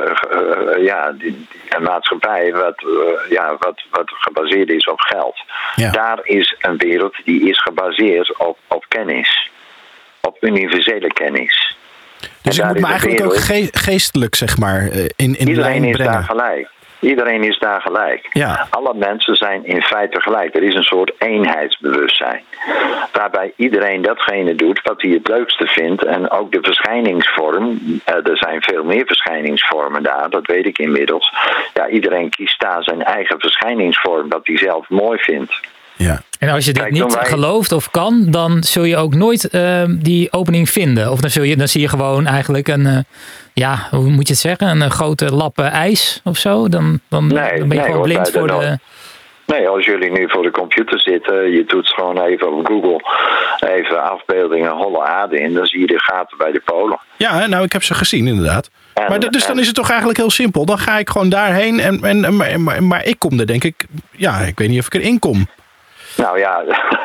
uh, uh, ja, die, een maatschappij wat, uh, ja, wat, wat gebaseerd is op geld. Ja. Daar is een wereld die is gebaseerd op, op kennis. Op universele kennis. Dus ik moet me eigenlijk wereld, ook ge- geestelijk, zeg maar, in, in iedereen lijn is brengen. Daar gelijk. Iedereen is daar gelijk. Ja. Alle mensen zijn in feite gelijk. Er is een soort eenheidsbewustzijn. Waarbij iedereen datgene doet wat hij het leukste vindt. En ook de verschijningsvorm. Uh, er zijn veel meer verschijningsvormen daar. Dat weet ik inmiddels. Ja, iedereen kiest daar zijn eigen verschijningsvorm. Wat hij zelf mooi vindt. Ja. En als je dit Kijk, niet wij... gelooft of kan, dan zul je ook nooit uh, die opening vinden. Of dan, zul je, dan zie je gewoon eigenlijk een, uh, ja, hoe moet je het zeggen, een grote lap uh, ijs of zo. Dan, dan, nee, dan ben je nee, gewoon hoor, blind voor de... Nooit. Nee, als jullie nu voor de computer zitten, je toetst gewoon even op Google even afbeeldingen holle aarde in, dan zie je de gaten bij de polen. Ja, nou ik heb ze gezien inderdaad. En, maar d- dus en, dan is het toch eigenlijk heel simpel. Dan ga ik gewoon daarheen en, en, maar, maar, maar ik kom er denk ik, ja, ik weet niet of ik erin kom. Nou ja,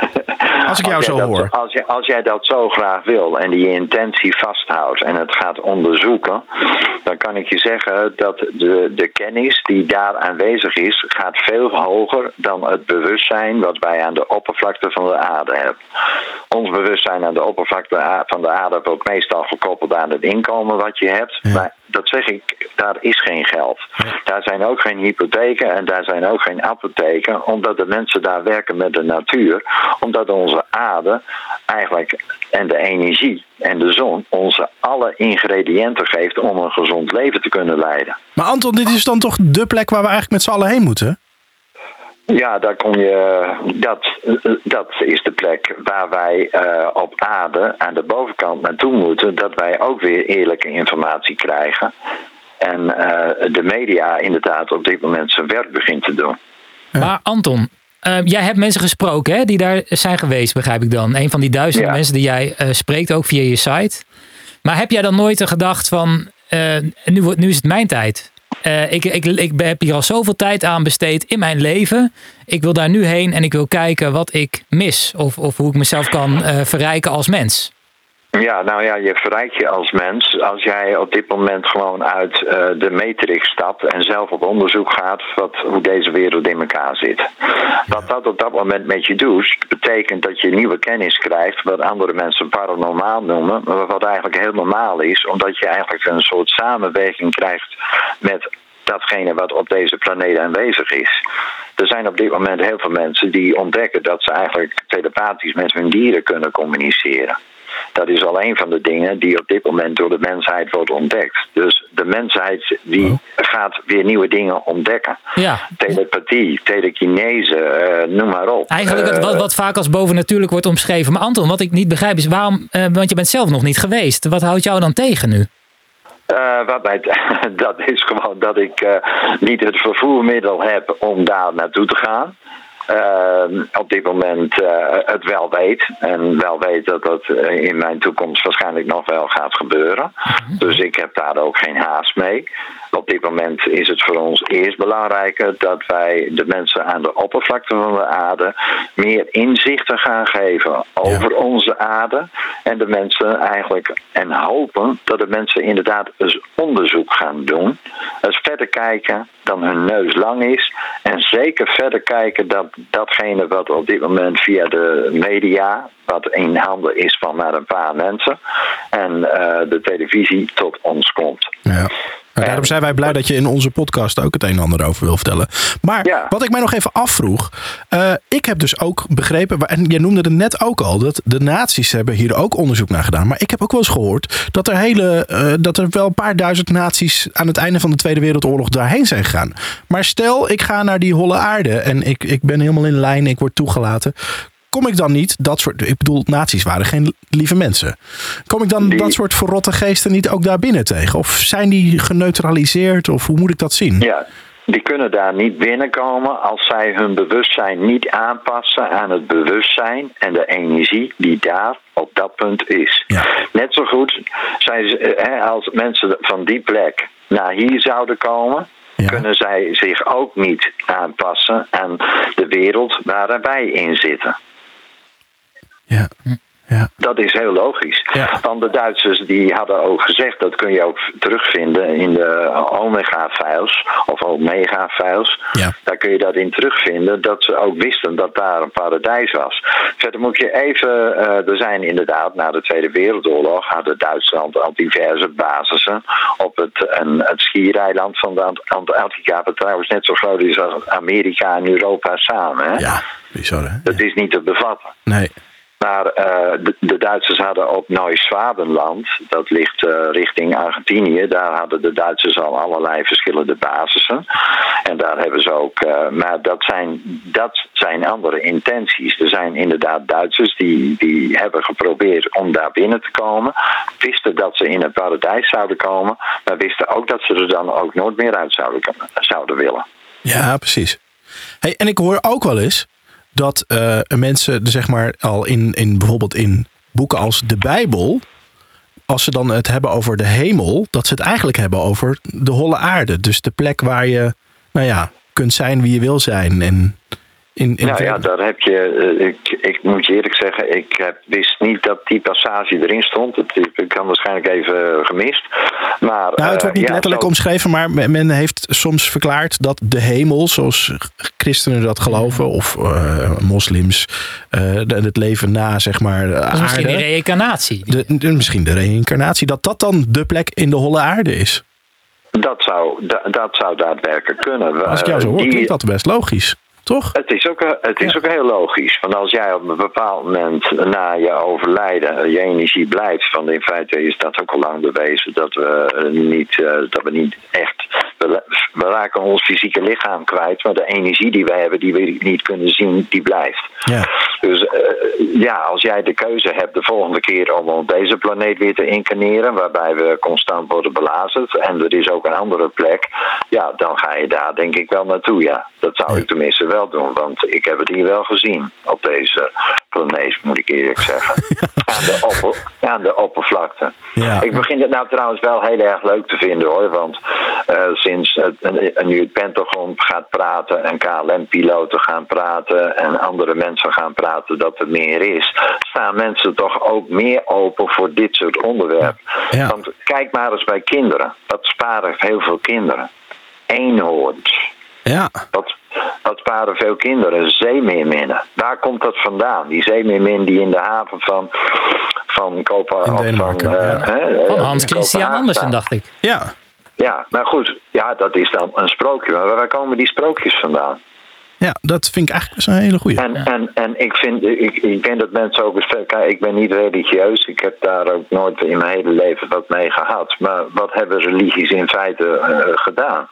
als ik jou als zo dat, hoor. Als, je, als jij dat zo graag wil en die intentie vasthoudt en het gaat onderzoeken, dan kan ik je zeggen dat de, de kennis die daar aanwezig is, gaat veel hoger dan het bewustzijn wat wij aan de oppervlakte van de aarde hebben. Ons bewustzijn aan de oppervlakte van de aarde wordt meestal gekoppeld aan het inkomen wat je hebt. Ja. Maar dat zeg ik, daar is geen geld. Ja. Daar zijn ook geen hypotheken en daar zijn ook geen apotheken, omdat de mensen daar werken met de natuur. Omdat onze aarde eigenlijk en de energie en de zon onze alle ingrediënten geeft om een gezond leven te kunnen leiden. Maar Anton, dit is dan toch de plek waar we eigenlijk met z'n allen heen moeten? Ja, daar kom je, dat, dat is de plek waar wij uh, op aarde aan de bovenkant naartoe moeten. Dat wij ook weer eerlijke informatie krijgen. En uh, de media inderdaad op dit moment zijn werk begint te doen. Ja. Maar Anton, uh, jij hebt mensen gesproken hè, die daar zijn geweest, begrijp ik dan. Een van die duizenden ja. mensen die jij uh, spreekt, ook via je site. Maar heb jij dan nooit gedacht van, uh, nu, nu is het mijn tijd? Uh, ik, ik, ik heb hier al zoveel tijd aan besteed in mijn leven. Ik wil daar nu heen en ik wil kijken wat ik mis. Of, of hoe ik mezelf kan uh, verrijken als mens. Ja, nou ja, je verrijkt je als mens als jij op dit moment gewoon uit uh, de matrix stapt en zelf op onderzoek gaat wat, hoe deze wereld in elkaar zit. Wat dat op dat moment met je doet, betekent dat je nieuwe kennis krijgt wat andere mensen paranormaal noemen, maar wat eigenlijk heel normaal is, omdat je eigenlijk een soort samenwerking krijgt met datgene wat op deze planeet aanwezig is. Er zijn op dit moment heel veel mensen die ontdekken dat ze eigenlijk telepathisch met hun dieren kunnen communiceren. Dat is al een van de dingen die op dit moment door de mensheid wordt ontdekt. Dus de mensheid die oh. gaat weer nieuwe dingen ontdekken. Ja. Telepathie, telekinese, uh, noem maar op. Eigenlijk uh, wat, wat vaak als bovennatuurlijk wordt omschreven. Maar Anton, wat ik niet begrijp is waarom, uh, want je bent zelf nog niet geweest. Wat houdt jou dan tegen nu? Uh, wat mij, dat is gewoon dat ik uh, niet het vervoermiddel heb om daar naartoe te gaan. Uh, op dit moment uh, het wel weet. En wel weet dat dat in mijn toekomst waarschijnlijk nog wel gaat gebeuren. Dus ik heb daar ook geen haast mee. Op dit moment is het voor ons eerst belangrijker dat wij de mensen aan de oppervlakte van de aarde meer inzichten gaan geven over ja. onze aarde. En de mensen eigenlijk, en hopen dat de mensen inderdaad eens onderzoek gaan doen. Eens verder kijken dan hun neus lang is. En zeker verder kijken dat datgene wat op dit moment via de media, wat in handen is van maar een paar mensen, en uh, de televisie tot ons komt. Ja. Maar daarom zijn wij blij dat je in onze podcast ook het een en ander over wil vertellen. Maar ja. Wat ik mij nog even afvroeg. Uh, ik heb dus ook begrepen, en jij noemde het net ook al, dat de nazi's hebben hier ook onderzoek naar gedaan. Maar ik heb ook wel eens gehoord dat er, hele, uh, dat er wel een paar duizend nazi's aan het einde van de Tweede Wereldoorlog daarheen zijn gegaan. Maar stel, ik ga naar die holle aarde en ik, ik ben helemaal in lijn, ik word toegelaten. Kom ik dan niet, dat soort, ik bedoel, nazi's waren geen lieve mensen. Kom ik dan die, dat soort verrotte geesten niet ook daar binnen tegen? Of zijn die geneutraliseerd? Of hoe moet ik dat zien? Ja, die kunnen daar niet binnenkomen als zij hun bewustzijn niet aanpassen aan het bewustzijn en de energie die daar op dat punt is. Ja. Net zo goed zijn ze, als mensen van die plek naar hier zouden komen, ja. kunnen zij zich ook niet aanpassen aan de wereld waar wij in zitten. Ja. Ja. Dat is heel logisch. Ja. Want de Duitsers die hadden ook gezegd, dat kun je ook terugvinden in de Omega-files of Omega-files. Ja. Daar kun je dat in terugvinden, dat ze ook wisten dat daar een paradijs was. Verder moet je even, uh, er zijn inderdaad na de Tweede Wereldoorlog hadden Duitsland al diverse basissen op het, en het schiereiland van de Antarctica, wat trouwens net zo groot is als Amerika en Europa samen. Hè? Ja, bizar hè? Dat is niet te bevatten. Nee. Maar uh, de, de Duitsers hadden op Neuschwabenland, dat ligt uh, richting Argentinië, daar hadden de Duitsers al allerlei verschillende basissen. En daar hebben ze ook, uh, maar dat zijn, dat zijn andere intenties. Er zijn inderdaad Duitsers die, die hebben geprobeerd om daar binnen te komen, wisten dat ze in het paradijs zouden komen, maar wisten ook dat ze er dan ook nooit meer uit zouden, zouden willen. Ja, precies. Hey, en ik hoor ook wel eens dat uh, mensen, zeg maar, al in, in bijvoorbeeld in boeken als de Bijbel, als ze dan het hebben over de hemel, dat ze het eigenlijk hebben over de holle aarde. Dus de plek waar je, nou ja, kunt zijn wie je wil zijn. En in, in nou ja, daar heb je, ik, ik moet je eerlijk zeggen, ik heb, wist niet dat die passage erin stond. Het, ik heb hem waarschijnlijk even gemist. Maar, nou, het wordt niet uh, letterlijk ja, zo omschreven, maar men heeft soms verklaard dat de hemel, zoals christenen dat geloven, of uh, moslims, uh, het leven na, zeg maar, de aarde. Misschien de reïncarnatie. De, de, misschien de reïncarnatie, dat dat dan de plek in de holle aarde is. Dat zou, dat, dat zou daadwerkelijk kunnen. Als ik jou zo hoor, klinkt dat best logisch. Toch? Het is, ook, het is ja. ook heel logisch. Want als jij op een bepaald moment na je overlijden je energie blijft, want in feite is dat ook al lang bewezen dat we niet, uh, dat we niet echt, we, we raken ons fysieke lichaam kwijt, maar de energie die wij hebben, die we niet kunnen zien, die blijft. Ja. Dus uh, ja, als jij de keuze hebt de volgende keer om op deze planeet weer te incarneren, waarbij we constant worden belazerd, en er is ook een andere plek, ja, dan ga je daar denk ik wel naartoe, ja. Dat zou ja. ik tenminste wel doen, want ik heb het hier wel gezien op deze planeet, moet ik eerlijk zeggen. aan, de opper, aan de oppervlakte. Ja. Ik begin het nou trouwens wel heel erg leuk te vinden hoor, want uh, sinds het, uh, nu het Pentagon gaat praten en K L M-piloten gaan praten en andere mensen gaan praten dat er meer is, staan mensen toch ook meer open voor dit soort onderwerpen. Ja. Want kijk maar eens bij kinderen. Dat sparen heel veel kinderen. Eenhoorns. Ja. Dat, dat sparen veel kinderen. Zeemeerminnen. Waar komt dat vandaan? Die zeemeermin die in de haven van van Kopenhagen. In Denemarken. Van, uh, ja. hè, van Hans Christian Andersen, dacht ik. Ja. Ja, maar goed. Ja, dat is dan een sprookje. Maar waar komen die sprookjes vandaan? Ja, dat vind ik eigenlijk een hele goeie. En, ja. en, en ik vind, ik, ik denk dat mensen ook eens, kijk, ik ben niet religieus, ik heb daar ook nooit in mijn hele leven wat mee gehad. Maar wat hebben religies in feite uh, gedaan?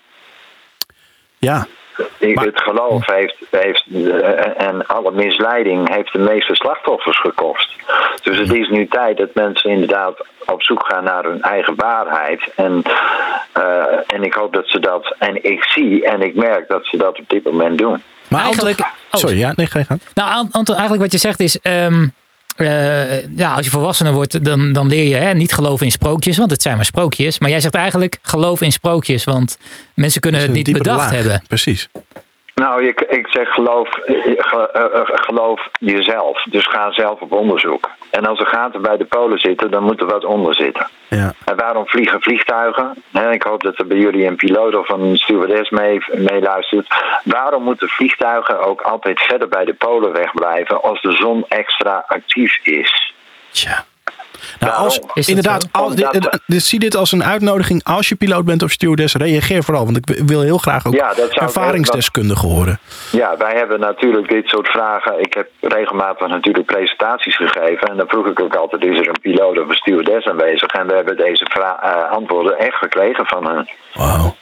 Ja. Maar, het geloof heeft, heeft uh, en alle misleiding heeft de meeste slachtoffers gekost. Dus het is nu tijd dat mensen inderdaad op zoek gaan naar hun eigen waarheid. En, uh, en ik hoop dat ze dat, en ik zie en ik merk dat ze dat op dit moment doen. Maar eigenlijk, oh, sorry, ja, nee, ga je gaan. Nou, Anton, eigenlijk wat je zegt is, um, uh, ja, als je volwassener wordt, dan, dan leer je hè, niet geloven in sprookjes, want het zijn maar sprookjes. Maar jij zegt eigenlijk geloof in sprookjes, want mensen kunnen het niet bedacht laag. hebben. Precies. Nou, ik, ik zeg geloof, geloof jezelf. Dus ga zelf op onderzoek. En als er gaten bij de Polen zitten, dan moet er wat onder zitten. Ja. En waarom vliegen vliegtuigen? Ik hoop dat er bij jullie een piloot of een stewardess mee, meeluistert. Waarom moeten vliegtuigen ook altijd verder bij de Polen wegblijven als de zon extra actief is? Tja. Nou, als, Is inderdaad, als, dit, dit, zie dit als een uitnodiging. Als je piloot bent of stewardess, reageer vooral. Want ik wil heel graag ook ja, ervaringsdeskundigen horen. Ja, wij hebben natuurlijk dit soort vragen. Ik heb regelmatig natuurlijk presentaties gegeven. En dan vroeg ik ook altijd, is er een piloot of een stewardess aanwezig? En we hebben deze vra- uh, antwoorden echt gekregen van hen. Wauw.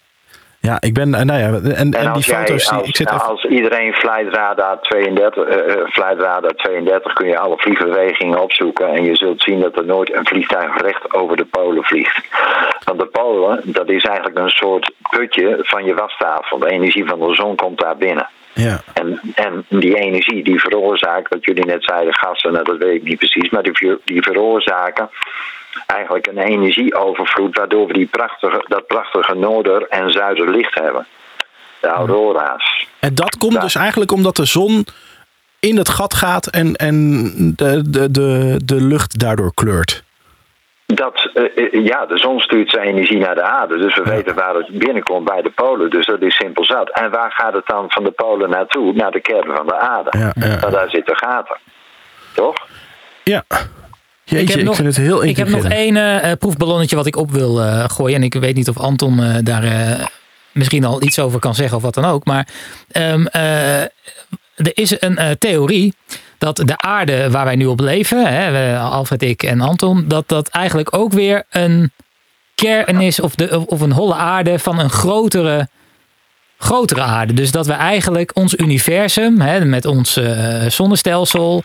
Ja, ik ben, nou ja, en, en, en die jij, foto's, die, als, ik zit nou, even... als iedereen Flight Radar tweeëndertig, uh, Flight Radar tweeëndertig kun je alle vliegbewegingen opzoeken en je zult zien dat er nooit een vliegtuig recht over de Polen vliegt. Want de Polen, dat is eigenlijk een soort putje van je wastafel. De energie van de zon komt daar binnen. Ja. En, en die energie die veroorzaakt, wat jullie net zeiden, gassen, nou, dat weet ik niet precies, maar die, die veroorzaken eigenlijk een energieovervloed, waardoor we die prachtige, dat prachtige noorder- en zuiderlicht hebben. De aurora's. En dat komt Ja. dus eigenlijk omdat de zon in het gat gaat en, en de, de, de, de lucht daardoor kleurt. Dat, uh, ja, de zon stuurt zijn energie naar de aarde. Dus we Ja. weten waar het binnenkomt bij de polen. Dus dat is simpel zat. En waar gaat het dan van de polen naartoe? Naar de kern van de aarde. Ja, ja. Maar daar zitten gaten. Toch? Ja. Jeetje, ik, heb ik nog, vind het heel ik heb nog intrigerend. één uh, proefballonnetje wat ik op wil uh, gooien. En ik weet niet of Anton uh, daar uh, misschien al iets over kan zeggen of wat dan ook. Maar um, uh, er is een uh, theorie dat de aarde waar wij nu op leven, hè, Alfred, ik en Anton, dat dat eigenlijk ook weer een kern is of, de, of een holle aarde van een grotere, grotere aarde. Dus dat we eigenlijk ons universum, hè, met ons uh, zonnestelsel,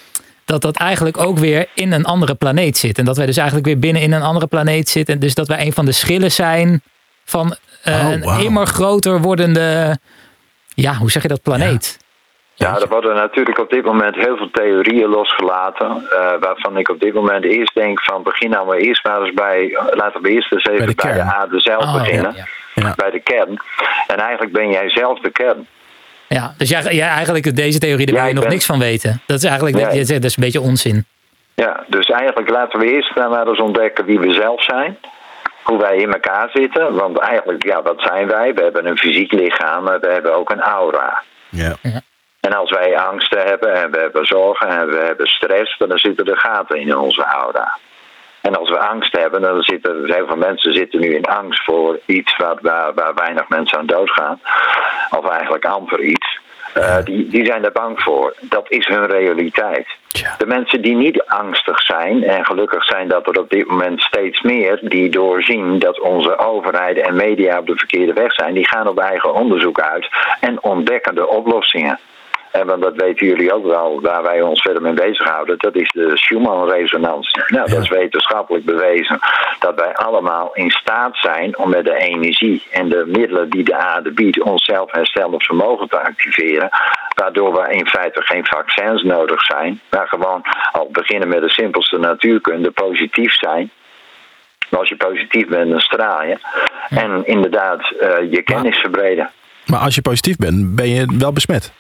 dat dat eigenlijk ook weer in een andere planeet zit. En dat wij dus eigenlijk weer binnen in een andere planeet zitten. En dus dat wij een van de schillen zijn van uh, Oh, een wow. immer groter wordende, ja, hoe zeg je dat, planeet? Ja. Ja, er worden natuurlijk op dit moment heel veel theorieën losgelaten. Uh, waarvan ik op dit moment eerst denk van begin nou maar eerst maar eens bij, laten we eerst eens even Bij de bij de, kern. aarde zelf Oh, beginnen. ja, ja. Ja. Bij de kern. En eigenlijk ben jij zelf de kern. Ja, dus jij, jij eigenlijk deze theorie, daar Ja, wil je ik nog ben- niks van weten. Dat is eigenlijk, Nee. dat, je zegt, dat is een beetje onzin. Ja, dus eigenlijk laten we eerst nou maar eens ontdekken wie we zelf zijn. Hoe wij in elkaar zitten. Want eigenlijk, ja, wat zijn wij? We hebben een fysiek lichaam, maar we hebben ook een aura. Ja. En als wij angsten hebben en we hebben zorgen en we hebben stress, dan zitten er gaten in onze aura. En als we angst hebben, dan zitten heel veel mensen zitten nu in angst voor iets waar, waar, waar weinig mensen aan doodgaan. Of eigenlijk amper iets. Uh, die, die zijn er bang voor. Dat is hun realiteit. Ja. De mensen die niet angstig zijn, en gelukkig zijn dat er op dit moment steeds meer, die doorzien dat onze overheid en media op de verkeerde weg zijn, die gaan op eigen onderzoek uit en ontdekken de oplossingen. En want dat weten jullie ook wel, waar wij ons verder mee bezighouden. Dat is de Schumann-resonantie. Nou, dat is wetenschappelijk bewezen. Dat wij allemaal in staat zijn om met de energie en de middelen die de aarde biedt, onszelf herstellend vermogen te activeren. Waardoor we in feite geen vaccins nodig zijn. Maar gewoon al beginnen met de simpelste natuurkunde, positief zijn. Maar als je positief bent, dan straal je. En inderdaad, uh, je kennis verbreden. Maar als je positief bent, ben je wel besmet.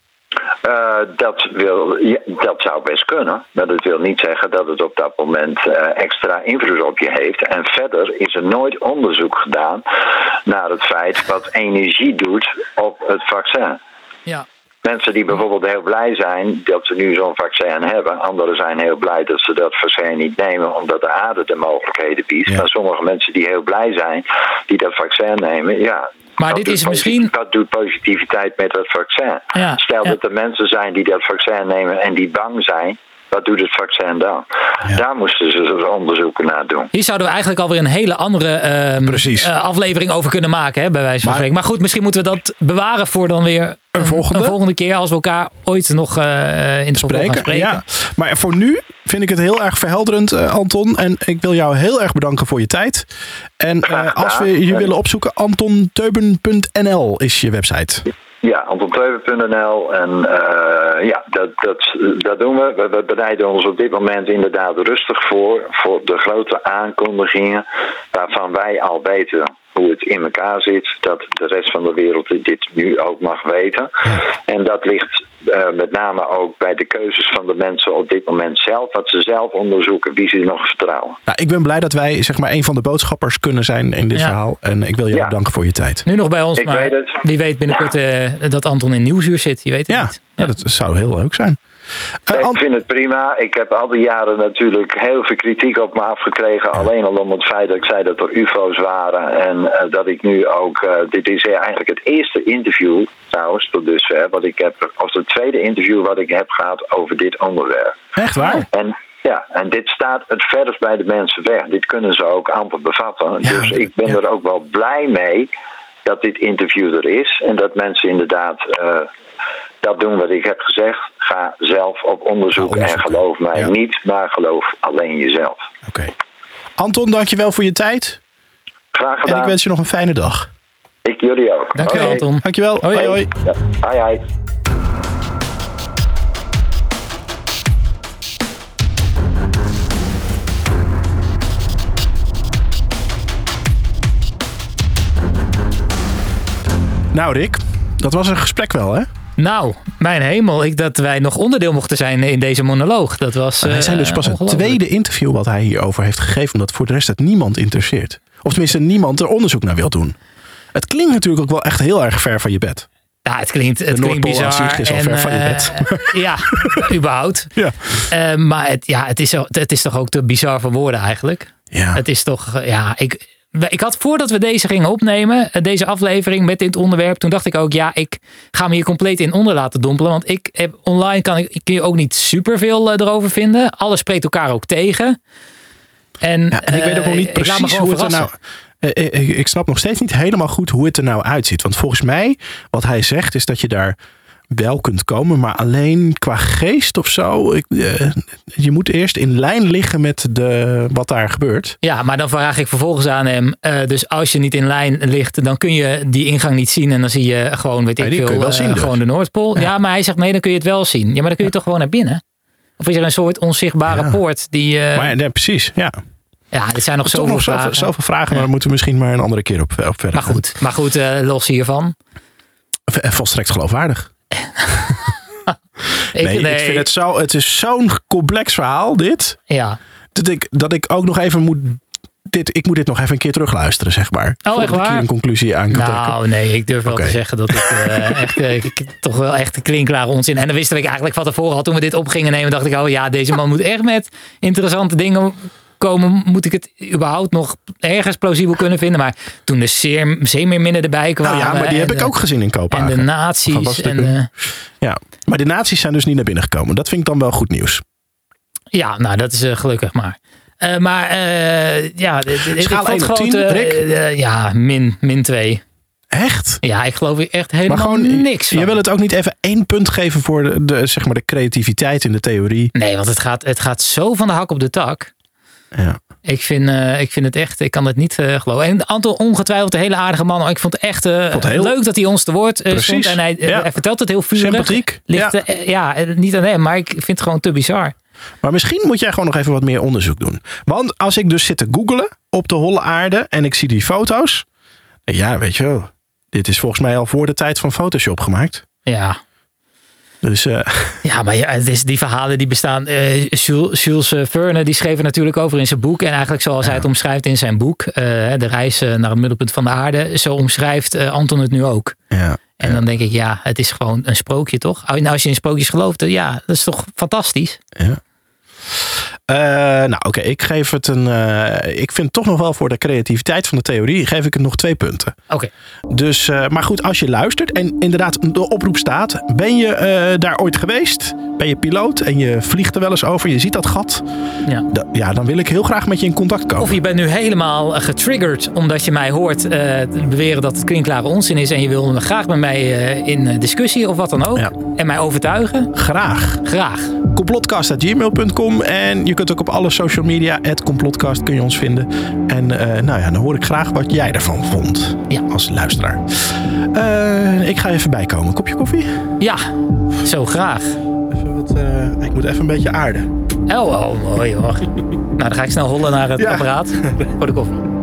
Uh, dat, wil, ja, dat zou best kunnen, maar dat wil niet zeggen dat het op dat moment uh, extra invloed op je heeft. En verder is er nooit onderzoek gedaan naar het feit wat energie doet op het vaccin. Ja. Mensen die bijvoorbeeld heel blij zijn dat ze nu zo'n vaccin hebben. Anderen zijn heel blij dat ze dat vaccin niet nemen omdat de aarde de mogelijkheden biedt. Ja. Maar sommige mensen die heel blij zijn, die dat vaccin nemen, ja. Maar Wat dit doet is posit- misschien- Wat doet positiviteit met het vaccin? Ja, Stel ja. dat er mensen zijn die dat vaccin nemen en die bang zijn. Wat doet het vaccin dan? Ja. Daar moesten ze dus onderzoeken naar doen. Hier zouden we eigenlijk alweer een hele andere ehm, Precies. uh, aflevering over kunnen maken, hè, bij wijze van Maar- spreken. Maar goed, misschien moeten we dat bewaren voor dan weer een, volgende? een volgende keer als we elkaar ooit nog uh, in de spreken. gaan spreken. Ja. Maar voor nu vind ik het heel erg verhelderend, uh, Anton. En ik wil jou heel erg bedanken voor je tijd. En Graag uh, gedaan. als we je En- willen opzoeken, anton teuben punt n l is je website. Ja, anton teuben punt n l en uh, ja, dat, dat, dat doen we. we. We bereiden ons op dit moment inderdaad rustig voor, voor de grote aankondigingen waarvan wij al weten hoe het in elkaar zit. Dat de rest van de wereld dit nu ook mag weten. Ja. En dat ligt uh, met name ook bij de keuzes van de mensen op dit moment zelf. Dat ze zelf onderzoeken wie ze nog vertrouwen. Nou, ik ben blij dat wij zeg maar een van de boodschappers kunnen zijn in dit Ja. verhaal. En ik wil je Ja. bedanken voor je tijd. Nu nog bij ons, Ik maar weet het. wie weet binnenkort uh, dat Anton in Nieuwsuur zit. Je weet het Ja, niet. ja, dat zou heel leuk zijn. Uh, Ik Ant- vind het prima. Ik heb al die jaren natuurlijk heel veel kritiek op me afgekregen. Alleen al om het feit dat ik zei dat er U F O's waren. En uh, dat ik nu ook... Uh, dit is eigenlijk het eerste interview, trouwens, tot dusver. Wat ik heb, of het tweede interview wat ik heb gehad over dit onderwerp. Echt waar? En ja, en dit staat het verderst bij de mensen weg. Dit kunnen ze ook amper bevatten. Ja, dus ik ben ja. er ook wel blij mee dat dit interview er is. En dat mensen inderdaad uh, dat doen wat ik heb gezegd. Ga zelf op onderzoek, Ja, onderzoek. en geloof mij Ja. niet, maar geloof alleen jezelf. Oké. Okay. Anton, dankjewel voor je tijd. Graag En gedaan. ik wens je nog een fijne dag. Ik jullie ook. Dankjewel, Hoi. Anton. Dankjewel. Hoi. Hoi, hoi. Ja. Hoi, hoi. Nou Rick, dat was een gesprek wel hè? Nou, mijn hemel. Ik dat wij nog onderdeel mochten zijn in deze monoloog. Dat was Wij zijn dus uh, pas het ongelooflijk. tweede interview wat hij hierover heeft gegeven. Omdat voor de rest het niemand interesseert. Of tenminste niemand er onderzoek naar wil doen. Het klinkt natuurlijk ook wel echt heel erg ver van je bed. Ja, het klinkt, het De klinkt Noordpool aan bizar. zich is al en, ver van je uh, bed. ja, überhaupt. Ja. Uh, maar het, ja, het, is, het is toch ook te bizar voor woorden eigenlijk. Ja. Het is toch, uh, ja, ik... Ik had voordat we deze gingen opnemen, deze aflevering met dit onderwerp, toen dacht ik ook, ja, ik ga me hier compleet in onder laten dompelen. Want ik heb online kan ik, kun je ook niet superveel erover vinden. Alles spreekt elkaar ook tegen. En, Ja, en ik weet ook nog niet uh, ik laat me precies gewoon hoe het er nou... verrassen. Ik, ik, ik snap nog steeds niet helemaal goed hoe het er nou uitziet. Want volgens mij, wat hij zegt, is dat je daar wel kunt komen, maar alleen qua geest of zo. Ik, uh, je moet eerst in lijn liggen met de, wat daar gebeurt. Ja, maar dan vraag ik vervolgens aan hem. Uh, dus als je niet in lijn ligt, dan kun je die ingang niet zien. En dan zie je gewoon, weet Ja, ik die kun veel, je wel uh, zien dus. gewoon de Noordpool. Ja. ja, maar hij zegt nee, dan kun je het wel zien. Ja, maar dan kun je toch gewoon naar binnen? Of is er een soort onzichtbare Ja. poort die... Uh, Maar ja, precies, ja. ja, dit zijn nog Toch zoveel nog vragen. zoveel, zoveel vragen, maar we moeten misschien maar een andere keer op, op verder. Maar goed, maar goed uh, los hiervan. En volstrekt geloofwaardig. Ik, Nee, ik vind het zo. Het is zo'n complex verhaal, dit. Ja. Dat ik, dat ik ook nog even moet. Dit, ik moet dit nog even een keer terugluisteren, zeg maar. Oh, voordat echt ik hier waar? een conclusie aan kan trekken. Nou, nee, ik durf wel Oké. te zeggen dat het uh, echt, uh, ik, toch wel echt klinkklare onzin. En dan wist ik eigenlijk van tevoren al toen we dit op gingen nemen, dacht ik, oh ja, deze man moet echt met interessante dingen komen. Moet ik het überhaupt nog ergens plausibel kunnen vinden? Maar toen de zeer, zeemeerminnen erbij kwamen. Nou ja, maar die heb en ik de- ook gezien in En Kopenhagen. de Of nazi's. was het En, ook- uh, Ja, maar de nazi's zijn dus niet naar binnen gekomen. Dat vind ik dan wel goed nieuws. ja, nou, dat is uh, gelukkig maar. Uh, maar uh, ja, dit- dit- Schaal ik vond één op gewoon tien, te- Rick? uh, ja, min, min twee. Echt? Ja, ik geloof er echt Maar helemaal gewoon, niks van. je wil het ook niet even één punt geven voor de, de, zeg maar de creativiteit in de theorie. Nee, want het gaat, het gaat zo van de hak op de tak. Ja. Ik vind, uh, ik vind het echt, ik kan het niet uh, geloven. En Anton, ongetwijfeld een hele aardige man. Maar ik vond het echt uh, Vond heel- leuk dat hij ons te woord uh, stond. Precies. En hij, uh, Ja. hij vertelt het heel vurig. Sympathiek. Ligt, Ja. uh, ja, uh, niet aan hem, maar ik vind het gewoon te bizar. Maar misschien moet jij gewoon nog even wat meer onderzoek doen. Want als ik dus zit te googlen op de holle aarde en ik zie die foto's. Ja, weet je wel. Dit is volgens mij al voor de tijd van Photoshop gemaakt. Ja, Dus uh, ja maar ja, het is, die verhalen die bestaan. Uh, Jules, Jules Verne die schreef er natuurlijk over in zijn boek. En eigenlijk zoals hij het omschrijft in zijn boek. Uh, de reis uh, naar het middelpunt van de aarde. Zo omschrijft uh, Anton het nu ook. ja. En dan denk ik, ja, het is gewoon een sprookje, toch? Nou, als je in sprookjes gelooft, ja, dat is toch fantastisch? Ja. Uh, nou oké, okay, ik geef het een. Uh, ik vind toch nog wel voor de creativiteit van de theorie geef ik het nog twee punten. Oké. Okay. Dus, uh, maar goed, als je luistert en inderdaad de oproep staat, ben je uh, daar ooit geweest? Ben je piloot en je vliegt er wel eens over, je ziet dat gat? Ja. Da- ja, dan wil ik heel graag met je in contact komen. Of je bent nu helemaal getriggerd omdat je mij hoort uh, beweren dat het klinkklare onzin is en je wil graag met mij uh, in discussie of wat dan ook. Ja. En mij overtuigen. Graag. Graag. complotcast at gmail punt com en je kunt ook op alle social media at complotcast kun je ons vinden. En uh, nou ja, dan hoor ik graag wat jij ervan vond. Ja. Als luisteraar. Uh, ik ga even bijkomen. Kopje koffie? Ja, zo graag. Even wat, uh, ik moet even een beetje aarden. Oh, oh mooi hoor. Nou, dan ga ik snel hollen naar het Ja. apparaat voor de koffie.